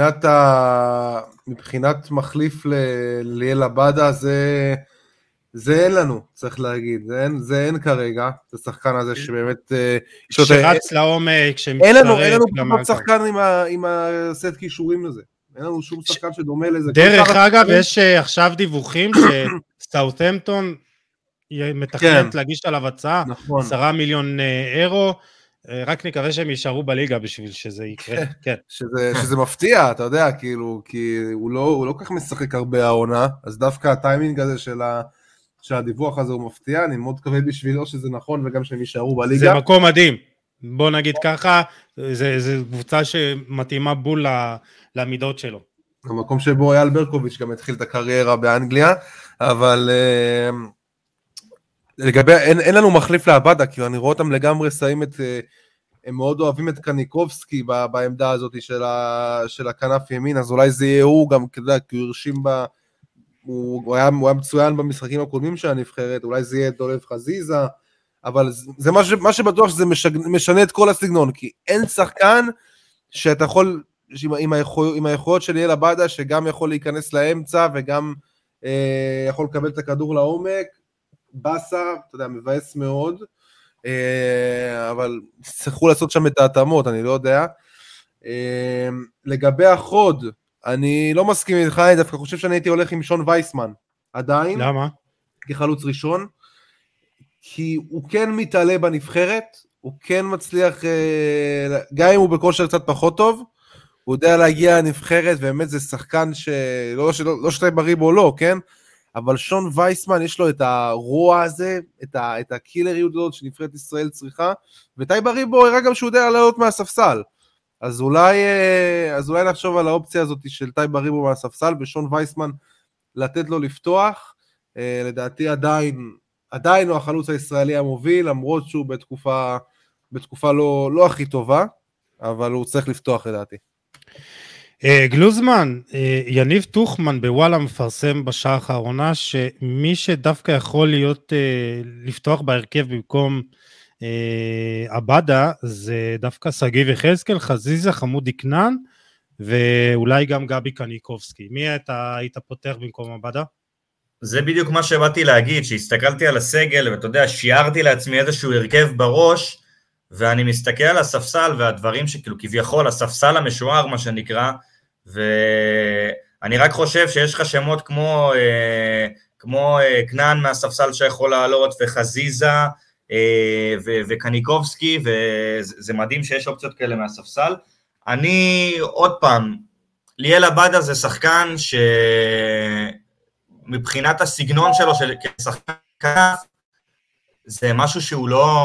מבחינת מחליף ליאל עבדה, זה אין לנו, צריך להגיד, זה אין כרגע, זה שחקן הזה שבאמת... שרץ לעומק, אין לנו פחות שחקן עם הסט קישורים לזה, אין לנו שום שחקן שדומה לזה. דרך אגב, יש עכשיו דיווחים שסאות'המפטון מתכננת להגיש עליו הצעה, 10 מיליון אירו, רק נקווה שהם יישארו בליגה בשביל שזה יקרה, כן. שזה מפתיע, אתה יודע, כאילו, כי הוא לא כך משחק הרבה העונה, אז דווקא הטיימינג הזה של הדיווח הזה הוא מפתיע, אני מאוד מקווה בשבילו שזה נכון, וגם שהם יישארו בליגה. זה מקום מדהים. בוא נגיד ככה, זה קבוצה שמתאימה בול למידות שלו. המקום שבו אייל ברקוביץ' גם התחיל את הקריירה באנגליה, אבל לגבי, אין לנו מחליף לעבדה, כי אני רואה אותם לגמרי שמים את, הם מאוד אוהבים את קניקובסקי בעמדה הזאת של הכנף ימין, אז אולי זה יהיה הוא גם, כדי, כי הוא הרשים הוא היה מצוין במשחקים הקודמים של הנבחרת, אולי זה יהיה דולב חזיזה, אבל זה מה שבטוח שזה משנה את כל הסגנון, כי אין שחקן שאתה יכול, עם היכולות של ליאל עבדה, שגם יכול להיכנס לאמצע, וגם יכול לקבל את הכדור לעומק, בסה, אתה יודע, מבאס מאוד, אבל צריכו לעשות שם את ההתאמות, אני לא יודע. לגבי החוד, אני לא מסכים איתך, אני דווקא חושב שאני הייתי הולך עם שון וייסמן, עדיין. למה? כחלוץ ראשון, כי הוא כן מתעלה בנבחרת, הוא כן מצליח, גם אם הוא בכושר קצת פחות טוב, הוא יודע להגיע לנבחרת, ובאמת זה שחקן לא שטי בריבו לא, כן? אבל שון וייסמן יש לו את הרוע הזה, את הקילריות הזאת שנבחרת ישראל צריכה, וטי בריבו הראה גם שהוא יודע לעלות מהספסל. אז אולי נחשוב על האופציה הזאת של טי בריבו מהספסל, ושון וייסמן לתת לו לפתוח, לדעתי עדיין הוא החלוץ הישראלי המוביל, למרות שהוא בתקופה לא הכי טובה, אבל הוא צריך לפתוח לדעתי. גלוזמן, יניב טוחמן בוואלה מפרסם בשעה האחרונה, שמי שדווקא יכול לפתוח בהרכב במקום עבדה, זה דווקא סגיב יחזקאל, חזיזה, חמודי כנען, ואולי גם גבי קניקובסקי. מי היית פותח במקום עבדה? זה בדיוק מה שבאתי להגיד, שהסתכלתי על הסגל, ואתה יודע, שיערתי לעצמי איזשהו הרכב בראש, ואני מסתכל על הספסל, והדברים שכאילו כביכול, הספסל המשוער, מה שנקרא, ואני רק חושב שיש לך שמות כמו כנען מהספסל שיכול לעלות, וחזיזה, וקניקובסקי, וזה מדהים שיש אופציות כאלה מהספסל. אני, עוד פעם, ליאל עבדה זה שחקן מבחינת הסגנון שלו, כשחקן כנף, זה משהו שהוא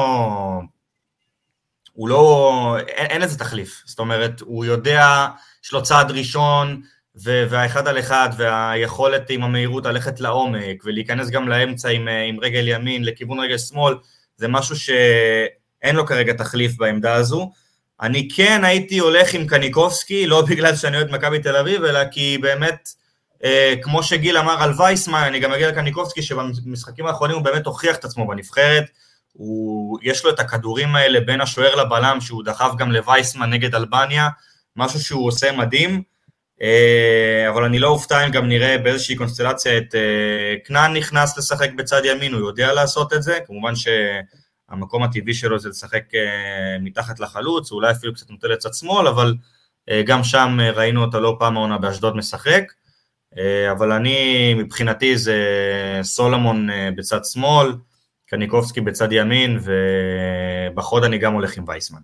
אין לזה תחליף, זאת אומרת, הוא יודע, יש לו צעד ראשון, והאחד על אחד, והיכולת עם המהירות ללכת לעומק, ולהיכנס גם לאמצע עם רגל ימין, לכיוון רגל שמאל, זה משהו שאין לו כרגע תחליף בעמדה הזו. אני כן הייתי הולך עם קניקובסקי, לא בגלל שאני אוהד מכבי תל אביב, אלא כי באמת, כמו שגיל אמר על וייסמן, אני גם אגיע לקניקובסקי, שבמשחקים האחרונים הוא באמת הוכיח את עצמו בנבחרת, יש לו את הכדורים האלה בין השוער לבלם, שהוא דחף גם לווייסמן נגד אלבניה, משהו שהוא עושה מדהים, אבל אני לא אופתע אם גם נראה באיזושהי קונסטלציה את כנען נכנס לשחק בצד ימין, הוא יודע לעשות את זה, כמובן שהמקום הטבעי שלו זה לשחק מתחת לחלוץ, אולי אפילו קצת נוטה לצד שמאל, אבל גם שם ראינו אותה לא פעם העונה באשדוד משחק, אבל אני מבחינתי זה סולומון בצד שמאל, קניקובסקי בצד ימין, ובחוד אני גם הולך עם וייסמן.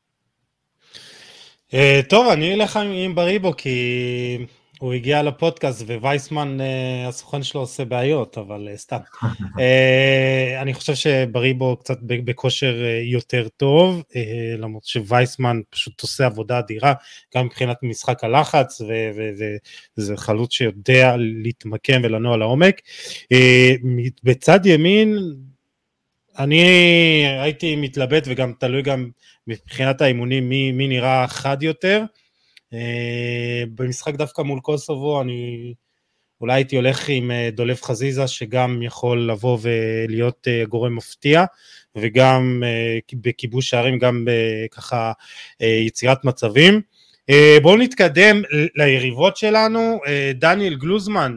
טוב, אני אלך עם בריבו, כי הוא הגיע לפודקאסט, ווייסמן, הסוכן שלו עושה בעיות, אבל סתם. אני חושב שבריבו קצת בכושר יותר טוב, למרות שווייסמן פשוט עושה עבודה אדירה, גם מבחינת משחק הלחץ, וזה חלוץ שיודע להתמקם ולנוע לעומק. בצד ימין, אני הייתי מתלבט, וגם תלוי גם מבחינת האימונים מי נראה חד יותר. במשחק דווקא מול קוסובו, אני אולי הייתי הולך עם דולב חזיזה, שגם יכול לבוא ולהיות גורם מפתיע, וגם בכיבוש שערים, גם ככה יצירת מצבים. בואו נתקדם ליריבות שלנו. דניאל גלוזמן,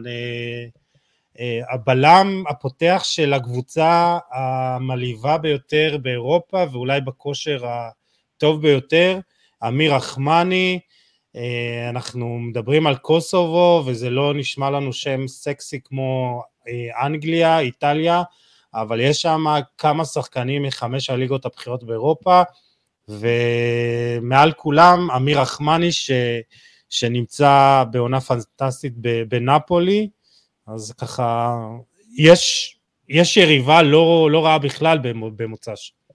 הבלם הפותח של הקבוצה המליבה ביותר באירופה, ואולי בכושר הטוב ביותר, אמיר רחמני. אנחנו מדברים על קוסובו, וזה לא נשמע לנו שם סקסי כמו אנגליה, איטליה, אבל יש שם כמה שחקנים מחמש הליגות הבכירות באירופה, ומעל כולם אמיר רחמני שנמצא בעונה פנטסטית בנפולי, אז ככה יש יריבה לא רעה בכלל במוצ"ש.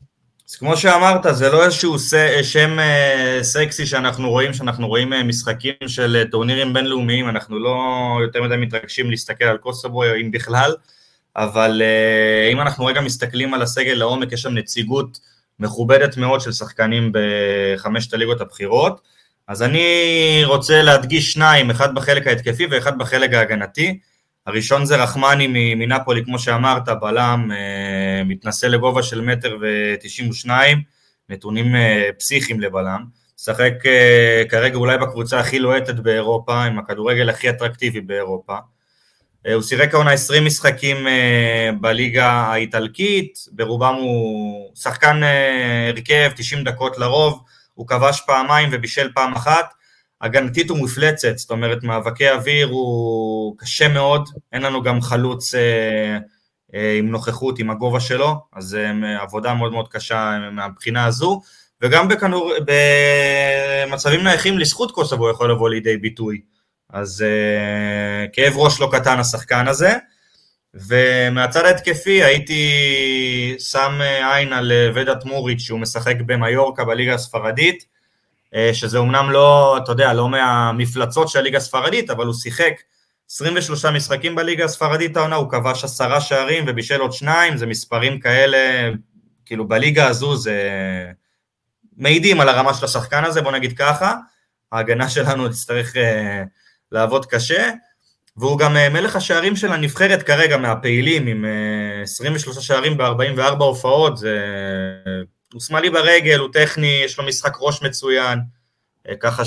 אז כמו שאמרת, זה לא איזשהו שם סקסי שאנחנו רואים משחקים של טורנירים בינלאומיים, אנחנו לא יותר מדי מתרגשים להסתכל על קוסובו, אם בכלל, אבל אם אנחנו רגע מסתכלים על הסגל לעומק, יש שם נציגות מכובדת מאוד של שחקנים בחמשת הליגות הבכירות, אז אני רוצה להדגיש שניים, אחד בחלק ההתקפי ואחד בחלק ההגנתי. הראשון זה רחמני מנפולי, כמו שאמרת, בלם, מתנסה לגובה של 1.92 מטר, נתונים פסיכיים לבלם, שחק כרגע אולי בקבוצה הכי לוהטת באירופה, עם הכדורגל הכי אטרקטיבי באירופה. הוא שיחק העונה 20 משחקים בליגה האיטלקית, ברובם הוא שחקן הרכב, 90 דקות לרוב, הוא כבש פעמיים ובישל פעם אחת, הגנתית הוא מפלצת, זאת אומרת מאבקי אוויר הוא קשה מאוד, אין לנו גם חלוץ עם נוכחות, עם הגובה שלו, אז עבודה מאוד מאוד קשה מהבחינה הזו, וגם במצבים נייחים לזכות קוסובו יכול לבוא לידי ביטוי, אז כאב ראש לא קטן השחקן הזה, ומהצד ההתקפי הייתי שם עין על ודאת מוריץ' שהוא משחק במיורקה בליגה הספרדית, שזה אומנם לא, אתה יודע, לא מהמפלצות של הליגה הספרדית, אבל הוא שיחק 23 משחקים בליגה הספרדית העונה, הוא כבש 10 שערים ובישל עוד 2, זה מספרים כאלה, כאילו בליגה הזו זה מעידים על הרמה של השחקן הזה, בוא נגיד ככה, ההגנה שלנו תצטרך לעבוד קשה, והוא גם מלך השערים של הנבחרת כרגע מהפעילים, עם 23 שערים ב-44 הופעות, הוא שמאלי ברגל, הוא טכני, יש לו משחק ראש מצוין, ככה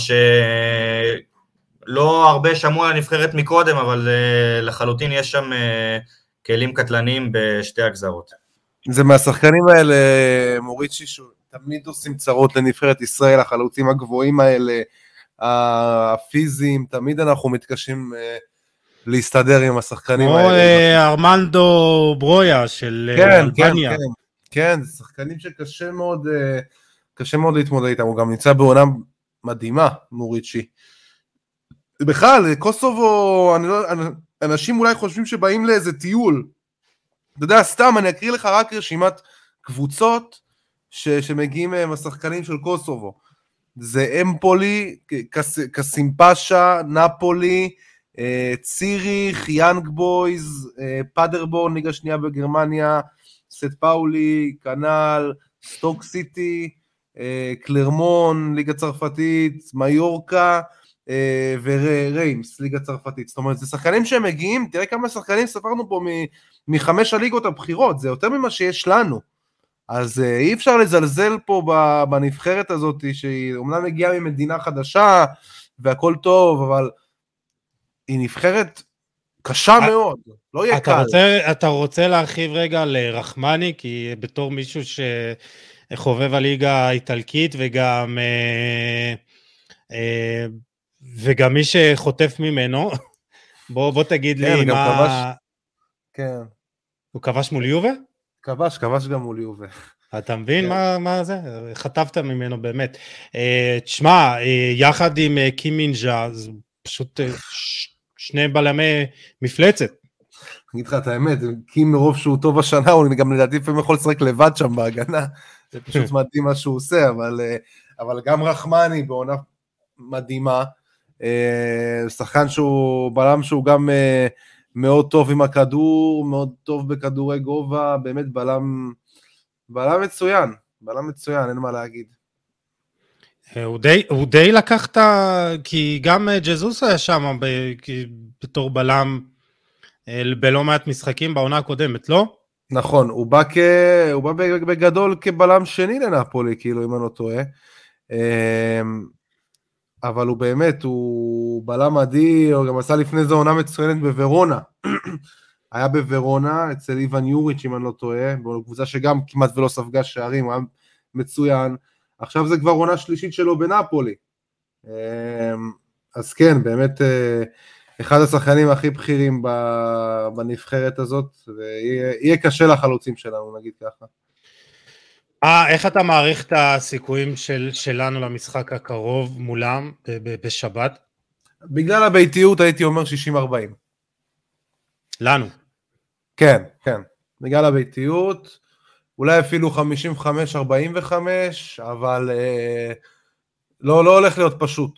שלא הרבה שמעו על הנבחרת מקודם, אבל לחלוטין יש שם כלים קטלניים בשתי הגזרות. זה מהשחקנים האלה, מוריצ'י, תמיד עושים צרות לנבחרת ישראל, החלוצים הגבוהים האלה, הפיזיים, תמיד אנחנו מתקשים להסתדר עם השחקנים האלה. או ארמנדו ברויה של אלבניה. כן, זה שחקנים שקשה מאוד להתמודד איתם, הוא גם נמצא בעונה מדהימה, מוריצ'י. בכלל, קוסובו, אנשים אולי חושבים שבאים לאיזה טיול, אתה יודע, סתם, אני אקריא לך רק רשימת קבוצות שמגיעים עם השחקנים של קוסובו. זה אמפולי, קסימפשה, נפולי, ציריך, יאנג בויז, פאדרבורן, ליגה שנייה בגרמניה, סט פאולי, קנל, סטוק סיטי, קלרמון, ליגה צרפתית, מיורקה, וריימס, ליגה צרפתית. זאת אומרת, זה שחקנים שהם מגיעים, תראה כמה שחקנים ספרנו פה מחמש הליגות הבחירות, זה יותר ממה שיש לנו. אז אי אפשר לזלזל פה בנבחרת הזאת, שהיא אומנם מגיעה ממדינה חדשה, והכל טוב, אבל היא נבחרת קשה מאוד, לא יהיה קל. אתה רוצה להרחיב רגע לרחמני, כי בתור מישהו שחובב הליגה האיטלקית, וגם מי שחוטף ממנו, בוא תגיד לי מה... כן. הוא כבש מול יובה? כבש גם מול יובה. אתה מבין מה זה? חטפת ממנו באמת. תשמע, יחד עם קימינג'ה, זה פשוט שני בלמי מפלצת. אני אגיד לך את האמת, קים מרוב שהוא טוב השנה, הוא גם לדעתי לפעמים יכול לשחק לבד שם בהגנה, זה פשוט מדהים מה שהוא עושה, אבל גם רחמני בעונה מדהימה, שחקן שהוא, בלם שהוא גם מאוד טוב עם הכדור, מאוד טוב בכדורי גובה, באמת בלם מצוין, אין מה להגיד. הוא די לקחת, כי גם ג'זוס היה שם בתור בלם בלא מעט משחקים בעונה הקודמת, לא? נכון, הוא בא בגדול כבלם שני לנפולי, כאילו אם אני לא טועה, אבל הוא באמת, הוא בלם מדהים, הוא גם עשה לפני זה עונה מצוינת בוורונה, היה בוורונה אצל איוון יוריץ' אם אני לא טועה, בקבוצה שגם כמעט ולא ספגה שערים, הוא היה מצוין, עכשיו זה כבר עונה שלישית שלו בנפולי, אז כן, באמת אחד השחקנים הכי בכירים בנבחרת הזאת, ויהיה קשה לחלוצים שלנו, נגיד ככה. איך אתה מעריך את הסיכויים שלנו למשחק הקרוב מולם בשבת? בגלל הביתיות הייתי אומר 60-40. לנו? כן, בגלל הביתיות, אולי אפילו 55-45, אבל לא הולך להיות פשוט.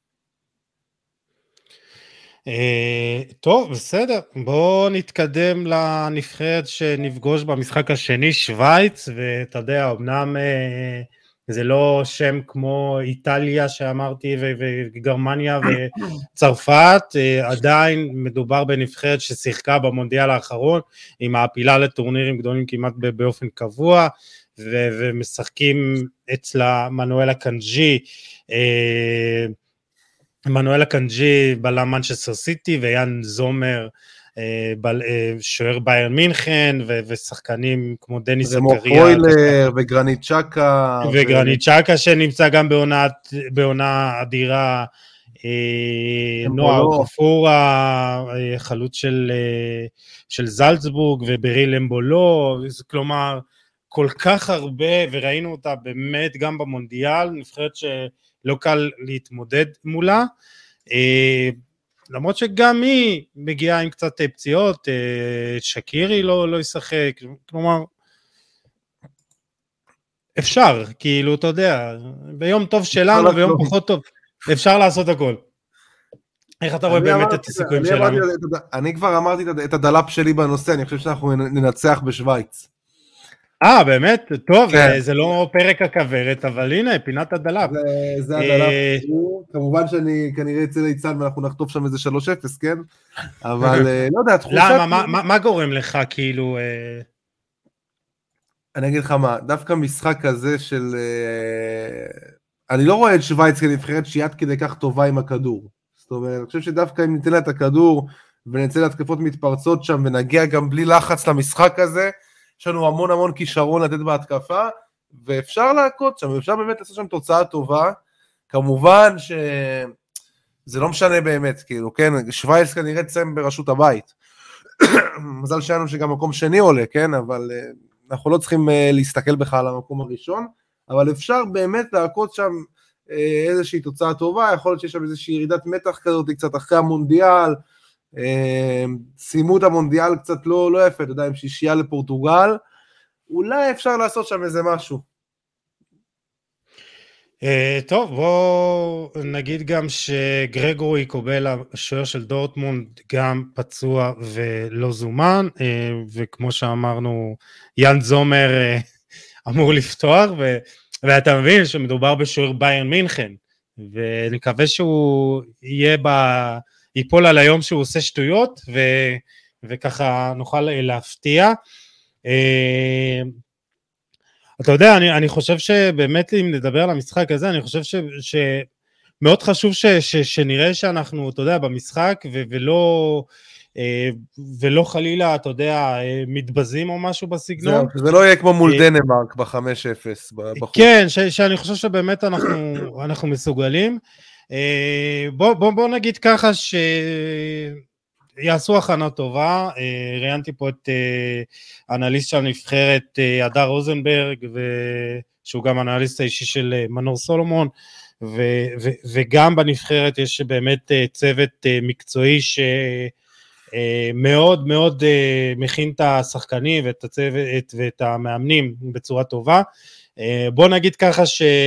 טוב, בסדר, בואו נתקדם לנבחרת שנפגוש במשחק השני, שוויץ, ואתה יודע, אמנם זה לא שם כמו איטליה שאמרתי, וגרמניה וצרפת, עדיין מדובר בנבחרת ששיחקה במונדיאל האחרון, עם מעפילה לטורנירים גדולים כמעט באופן קבוע, ומשחקים אצלה מנואל אקנג'י, מנואל אקנג'י בלם מנצ'סטר סיטי, ויאן זומר שוער ביירן מינכן, ושחקנים כמו דניס זכריה, פרוילר וגרנית צ'קה, וגרנית צ'קה שנמצא גם בעונה אדירה, נועה גפורה, חלוץ של זלצבורג, ובריל אמבולו, כלומר כל כך הרבה, וראינו אותה באמת גם במונדיאל, נבחרת שלא קל להתמודד מולה, למרות שגם היא מגיעה עם קצת פציעות, שקירי לא ישחק, כלומר, אפשר, כאילו, אתה יודע, ביום טוב שלנו, ביום פחות טוב, אפשר לעשות הכל. איך אתה רואה באמת את הסיכויים שלנו? אני כבר אמרתי את הדלאפ שלי בנושא, אני חושב שאנחנו ננצח בשוויץ. באמת? טוב, זה לא פרק הכברת, אבל הנה, פינת הדלאפ. זה הדלאפ, כמובן שאני כנראה אצל ליצן ואנחנו נחטוף שם איזה 3-0, כן? אבל לא יודע, תחושה... למה? מה גורם לך, כאילו... אני אגיד לך מה, דווקא משחק כזה של... אני לא רואה את שוויץ כנבחרת שהיא עד כדי כך טובה עם הכדור. זאת אומרת, אני חושב שדווקא אם ניתן לה את הכדור, ונצא להתקפות מתפרצות שם, ונגיע גם בלי לחץ למשחק הזה, יש לנו המון כישרון לתת בהתקפה, ואפשר להכות שם, ואפשר באמת לעשות שם תוצאה טובה, כמובן שזה לא משנה באמת, כאילו, כן, שוויץ כנראה תסיים בראשות הבית, מזל שלנו שגם מקום שני עולה, כן, אבל אנחנו לא צריכים להסתכל בכלל על המקום הראשון, אבל אפשר באמת להכות שם איזושהי תוצאה טובה, יכול להיות שיש שם איזושהי ירידת מתח כזאת, קצת אחרי המונדיאל, סיימו את המונדיאל קצת לא יפה, אתה יודע, עם שישייה לפורטוגל, אולי אפשר לעשות שם איזה משהו. טוב, בוא נגיד גם שגרגורי קובל, השוער של דורטמונד, גם פצוע ולא זומן, וכמו שאמרנו, יאן זומר אמור לפתוח, ואתה מבין שמדובר בשוער ביירן מינכן, ונקווה שהוא ייפול על היום שהוא עושה שטויות, וככה נוכל להפתיע. אתה יודע, אני חושב שבאמת אם נדבר על המשחק הזה, אני חושב שמאוד חשוב שנראה שאנחנו, אתה יודע, במשחק, ולא חלילה, אתה יודע, מתבזים או משהו בסגנון. זה לא יהיה כמו מול דנמרק ב-5-0 בחוץ. כן, שאני חושב שבאמת אנחנו מסוגלים. בוא נגיד ככה יעשו הכנה טובה, ראיינתי פה את אנליסט של הנבחרת הדר רוזנברג, שהוא גם אנליסט האישי של מנור סולומון, וגם בנבחרת יש באמת צוות מקצועי שמאוד מאוד מכין את השחקנים ואת הצוות ואת המאמנים בצורה טובה. בוא נגיד ככה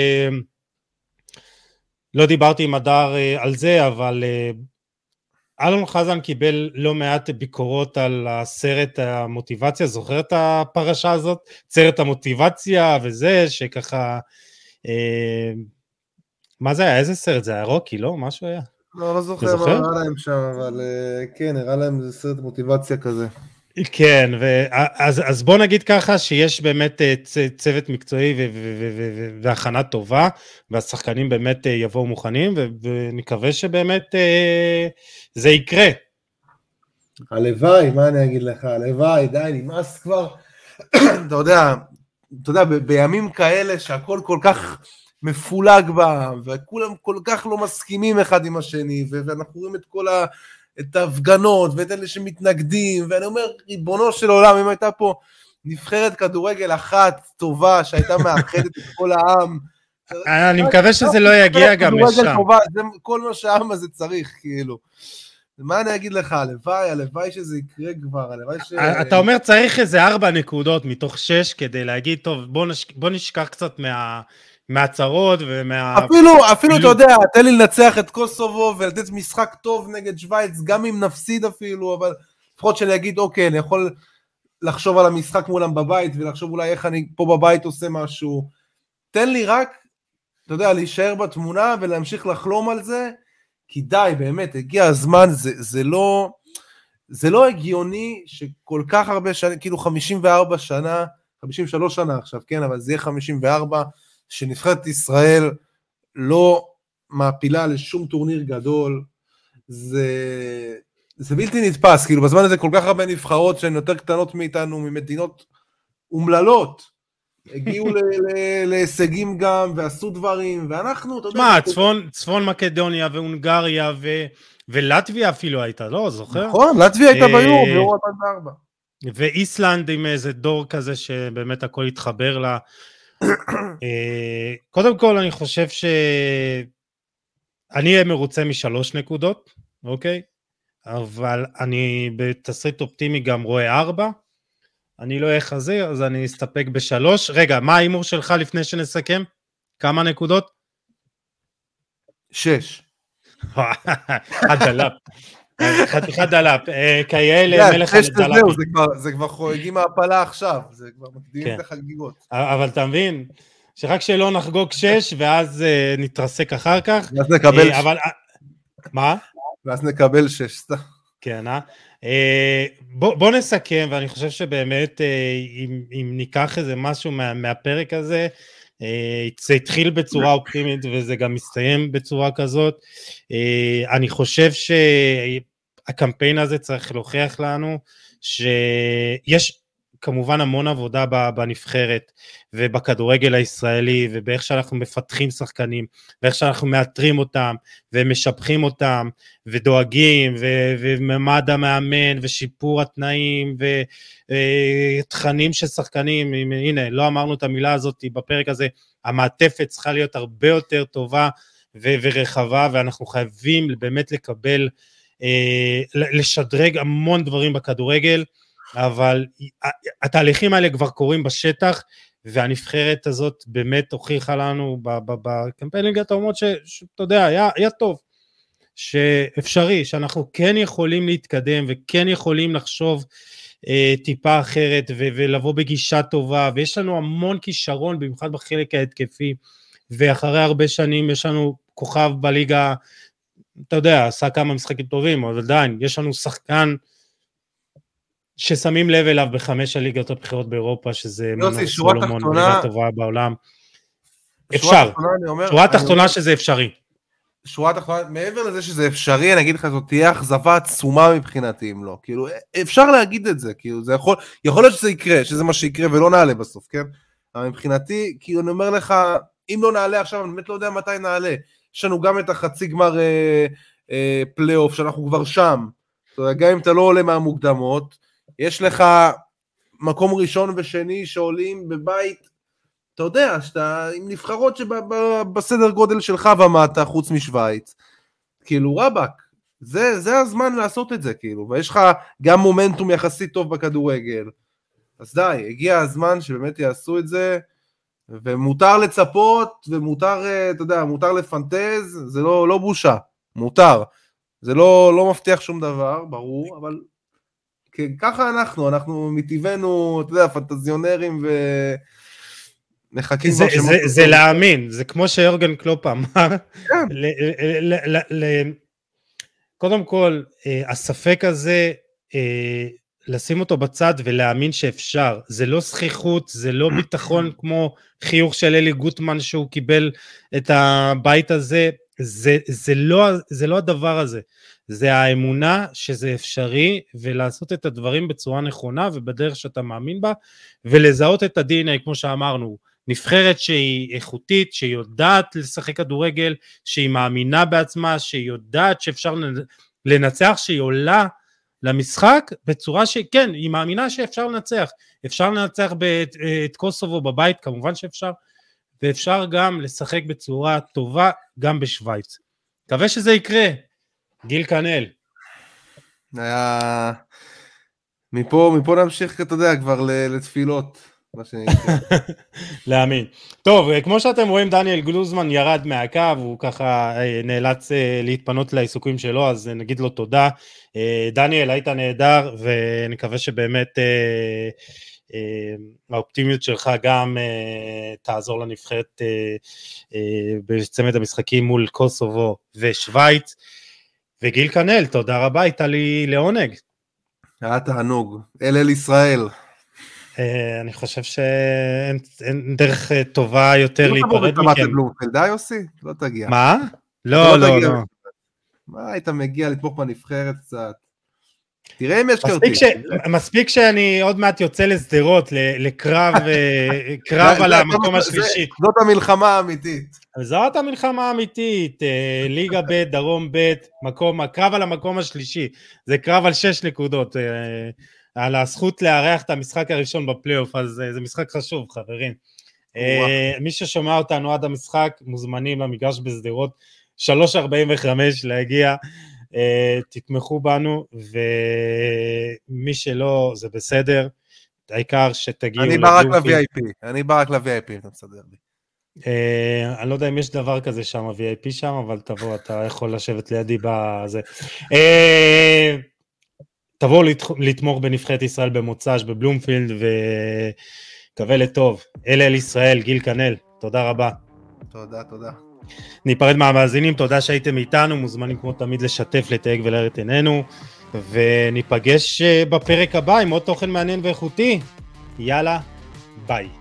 לא דיברתי עם הדר על זה, אבל אלון חזן קיבל לא מעט ביקורות על הסרט המוטיבציה, זוכר את הפרשה הזאת? סרט המוטיבציה וזה, שככה, מה זה היה? איזה סרט? זה היה רוקי, לא? משהו היה? לא זוכר מה הראה להם שם, אבל כן, הראה להם זה סרט מוטיבציה כזה. כן, אז בוא נגיד ככה שיש באמת צוות מקצועי והכנה טובה, והשחקנים באמת יבואו מוכנים, ונקווה שבאמת זה יקרה. הלוואי, מה אני אגיד לך, הלוואי, די, נמאס כבר, אתה יודע, בימים כאלה שהכל כל כך מפולג בה, וכולם כל כך לא מסכימים אחד עם השני, ואנחנו רואים את ההפגנות, ואת אלה שמתנגדים, ואני אומר, ריבונו של עולם, אם הייתה פה נבחרת כדורגל אחת טובה, שהייתה מאחדת את כל העם, אני מקווה שזה לא יגיע גם לשם. זה כל מה שהעם הזה צריך, כאילו. מה אני אגיד לך, הלוואי שזה יקרה כבר, הלוואי ש... אתה אומר צריך איזה 4 נקודות מתוך 6 כדי להגיד, טוב, בוא נשכח קצת מהצרות ומה... אפילו אתה יודע, תן לי לנצח את קוסובו ולתת משחק טוב נגד שוויץ, גם אם נפסיד אפילו, אבל לפחות שאני אגיד, אוקיי, אני יכול לחשוב על המשחק מולם בבית, ולחשוב אולי איך אני פה בבית עושה משהו. תן לי רק, אתה יודע, להישאר בתמונה ולהמשיך לחלום על זה, כי די, באמת, הגיע הזמן, זה לא הגיוני שכל כך הרבה שנים, כאילו 54 שנה, 53 שנה עכשיו, כן, אבל זה יהיה 54, שנבחרת ישראל לא מעפילה לשום טורניר גדול, זה בלתי נתפס, כאילו בזמן הזה כל כך הרבה נבחרות שהן יותר קטנות מאיתנו, ממדינות אומללות, הגיעו להישגים גם, ועשו דברים, ואנחנו, אתה יודע... מה, צפון מקדוניה והונגריה ולטביה אפילו הייתה, לא, זוכר? נכון, לטביה הייתה ביורו 2004. ואיסלנד עם איזה דור כזה שבאמת הכל התחבר לה. קודם כל אני חושב שאני אהיה מרוצה מ3 נקודות, אוקיי? אבל אני בתסריט אופטימי גם רואה 4, אני לא אהיה חזיר, אז אני אסתפק ב3. רגע, מה האימור שלך לפני שנסכם? כמה נקודות? 6. הדלאפ. חתיכת דלאפ. כאלה מלך הדלאפ. זה כבר חוגגים מהפלה עכשיו, זה כבר מקדימים את החגיגות. אבל אתה מבין, שרק שלא נחגוג 6, ואז נתרסק אחר כך. ואז נקבל 6. מה? ואז נקבל 6. כן, בוא נסכם, ואני חושב שבאמת, אם ניקח איזה משהו מהפרק הזה, זה התחיל בצורה אופטימית, וזה גם מסתיים בצורה כזאת. אני חושב שהקמפיין הזה צריך להוכיח לנו, שיש כמובן המון עבודה בנבחרת, ובכדורגל הישראלי, ובאיך שאנחנו מפתחים שחקנים, ואיך שאנחנו מאתרים אותם, ומשבחים אותם, ודואגים, וממד המאמן, ושיפור התנאים, ותכנים של שחקנים, הנה, לא אמרנו את המילה הזאת בפרק הזה, המעטפת צריכה להיות הרבה יותר טובה, ורחבה, ואנחנו חייבים באמת לקבל, לשדרג המון דברים בכדורגל, אבל התהליכים האלה כבר קורים בשטח, והנבחרת הזאת באמת הוכיחה לנו בקמפיין ליגת האומות שאתה יודע, היה טוב, שאפשרי, שאנחנו כן יכולים להתקדם, וכן יכולים לחשוב טיפה אחרת, ולבוא בגישה טובה, ויש לנו המון כישרון, במיוחד בחלק ההתקפי, ואחרי הרבה שנים יש לנו כוכב בליגה, אתה יודע, עשה כמה משחקים טובים, אבל עדיין, יש לנו שחקן, ששמים לב אליו ב5 הליגות הבכירות באירופה, שזה מנור סולומון, בליגה טובה בעולם. אפשר. שורה התחתונה שזה אפשרי. שורה התחתונה, מעבר לזה שזה אפשרי, אני אגיד לך, זאת תהיה אכזבה עצומה מבחינתי, אם לא. כאילו, אפשר להגיד את זה, כאילו, זה יכול להיות שזה יקרה, שזה מה שיקרה, ולא נעלה בסוף, כן? אבל מבחינתי, כאילו, אני אומר לך, אם לא נעלה עכשיו, אני באמת לא יודע מתי נעלה. יש לנו גם את החצי גמר פלייאוף, שאנחנו כבר שם. גם אם אתה לא עולה מהמוקדמות, יש לך מקום ראשון ושני שעולים בבית, אתה יודע, שאתה עם נבחרות שבסדר גודל שלך ומטה, חוץ משוויץ, כאילו רבק, זה הזמן לעשות את זה, כאילו, ויש לך גם מומנטום יחסית טוב בכדורגל, אז די, הגיע הזמן שבאמת יעשו את זה, ומותר לצפות, ומותר, אתה יודע, מותר לפנטז, זה לא בושה, מותר, זה לא מבטיח שום דבר, ברור, אבל ככה אנחנו מטבענו, אתה יודע, פנטזיונרים ונחכים... זה להאמין, זה כמו שיורגן קלופ אמר, קודם כל, הספק הזה, לשים אותו בצד ולהאמין שאפשר, זה לא זכיחות, זה לא ביטחון כמו חיוך של אלי גוטמן שהוא קיבל את הבית הזה, זה לא הדבר הזה, זה האמונה שזה אפשרי, ולעשות את הדברים בצורה נכונה, ובדרך שאתה מאמין בה, ולזהות את ה-DNA, כמו שאמרנו, נבחרת שהיא איכותית, שהיא יודעת לשחק כדורגל, שהיא מאמינה בעצמה, שהיא יודעת שאפשר לנצח, שהיא עולה למשחק, בצורה שכן, היא מאמינה שאפשר לנצח, אפשר לנצח את קוסובו בבית, כמובן שאפשר, ואפשר גם לשחק בצורה טובה, גם בשוויץ. מקווה שזה יקרה. גיל קנל. היה... מפה נמשיך, אתה יודע, כבר לתפילות, מה שנקרא. להאמין. טוב, כמו שאתם רואים, דניאל גלוזמן ירד מהקו, הוא ככה נאלץ להתפנות לעיסוקים שלו, אז נגיד לו תודה. דניאל, היית נהדר, ונקווה שבאמת האופטימיות שלך גם תעזור לנבחרת בצמד המשחקים מול קוסובו ושוויץ. וגיל קנל, תודה רבה, הייתה לי לעונג. היה תענוג, אל ישראל. אני חושב שאין דרך טובה יותר להיפרד מכם. לא תבוא בלומפילד, יוסי? לא תגיע. מה? לא. מה, היית מגיע לתמוך בנבחרת קצת? תראה אם יש כרטיס. מספיק שאני עוד מעט יוצא לסדרות, לקרב על המקום השלישי. זאת המלחמה האמיתית. זאת המלחמה האמיתית, ליגה ב', דרום ב', קרב על המקום השלישי. זה קרב על 6 נקודות. על הזכות לארח את המשחק הראשון בפלייאוף, אז זה משחק חשוב, חברים. מי ששומע אותנו עד המשחק, מוזמנים למגרש בסדרות, 3:45 להגיע, תתמכו בנו, ומי שלא, זה בסדר, העיקר שתגיעו... אני בא רק ל-VIP, אתה מסדר לי. אני לא יודע אם יש דבר כזה שם, VIP שם, אבל תבוא, אתה יכול לשבת לידי בזה. תבואו לתמוך בנבחרת ישראל במוצ"ש בבלומפילד, וקווה לטוב. אל ישראל, גיל קנל, תודה רבה. תודה. ניפרד מהמאזינים, תודה שהייתם איתנו, מוזמנים כמו תמיד לשתף, לתייג ולהאיר את עינינו, וניפגש בפרק הבא עם עוד תוכן מעניין ואיכותי. יאללה, ביי.